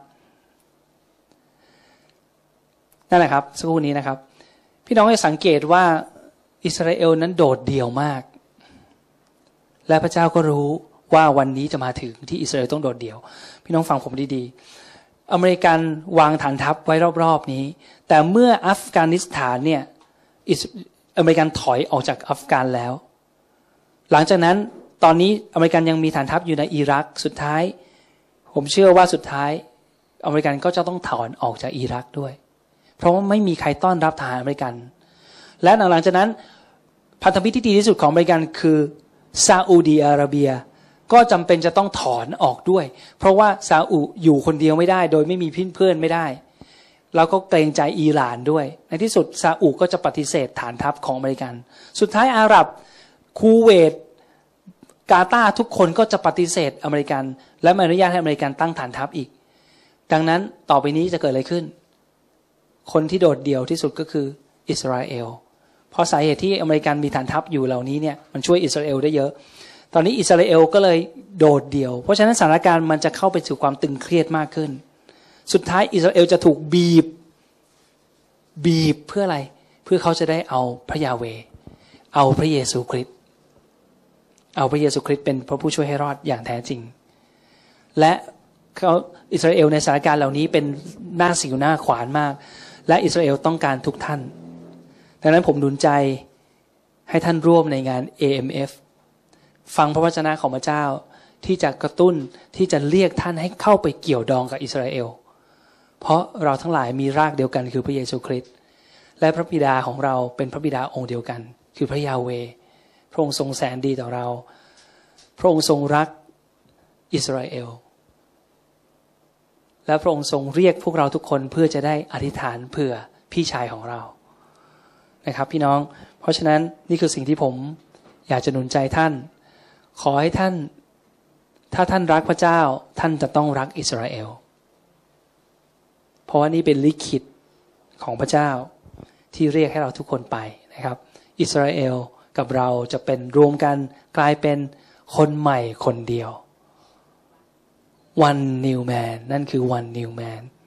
นั่นแหละครับสักครู่นี้นะครับพี่น้องให้สังเกตว่าอิสราเอลนั้นโดดเดี่ยวมากและพระเจ้าก็รู้ว่าวันนี้จะมาถึงที่อิสราเอลต้องโดดเดี่ยวพี่น้องฟังผมดีๆอเมริกันวางฐานทัพไว้รอบๆนี้แต่เมื่ออัฟกานิสถานเนี่ยอเมริกันถอยออกจากอัฟกานแล้วหลังจากนั้นตอนนี้อเมริกันยังมีฐานทัพอยู่ในอิรักสุดท้ายผมเชื่อว่าสุดท้ายอเมริกันก็จะต้องถอนออกจากอิรักด้วยเพราะว่าไม่มีใครต้อนรับทหารอเมริกันและหลังจากนั้นพันธมิตรที่ดีที่สุดของอเมริกันคือซาอุดีอาระเบียก็จำเป็นจะต้องถอนออกด้วยเพราะว่าซาอุอยู่คนเดียวไม่ได้โดยไม่มีเพื่อนไม่ได้แล้วก็เกรงใจอิหร่านด้วยในที่สุดซาอุก็จะปฏิเสธฐานทัพของอเมริกันสุดท้ายอาหรับคูเวตกาตาร์ทุกคนก็จะปฏิเสธอเมริกันและไม่อนุญาตให้อเมริกันตั้งฐานทัพอีกดังนั้นต่อไปนี้จะเกิดอะไรขึ้นคนที่โดดเดี่ยวที่สุดก็คืออิสราเอลเพราะสาเหตุที่อเมริกันมีฐานทัพอยู่เหล่านี้เนี่ยมันช่วยอิสราเอลได้เยอะตอนนี้อิสราเอลก็เลยโดดเดี่ยวเพราะฉะนั้นสถานการณ์มันจะเข้าไปสู่ความตึงเครียดมากขึ้นสุดท้ายอิสราเอลจะถูกบีบเพื่ออะไรเพื่อเขาจะได้เอาพระยาเวห์เอาพระเยซูคริสต์เป็นพระผู้ช่วยให้รอดอย่างแท้จริงและอิสราเอลในสถานการณ์เหล่านี้เป็นหน้าสิวหน้าขวานมากและอิสราเอลต้องการทุกท่านดังนั้นผมหนุนใจให้ท่านร่วมในงาน AMF ฟังพระวจนะของพระเจ้าที่จะกระตุ้นที่จะเรียกท่านให้เข้าไปเกี่ยวดองกับอิสราเอลเพราะเราทั้งหลายมีรากเดียวกันคือพระเยซูคริสต์และพระบิดาของเราเป็นพระบิดาองค์เดียวกันคือพระยาเวห์พระองค์ทรงแสนดีต่อเราพระองค์ทรงรักอิสราเอลและพระองค์ทรงเรียกพวกเราทุกคนเพื่อจะได้อธิษฐานเผื่อพี่ชายของเรานะครับพี่น้องเพราะฉะนั้นนี่คือสิ่งที่ผมอยากจะหนุนใจท่านขอให้ท่านถ้าท่านรักพระเจ้าท่านจะต้องรักอิสราเอลเพราะว่านี่เป็นลิขิตของพระเจ้าที่เรียกให้เราทุกคนไปนะครับอิสราเอลกับเราจะเป็นรวมกันกลายเป็นคนใหม่คนเดียว one new man นั่นคือ one new man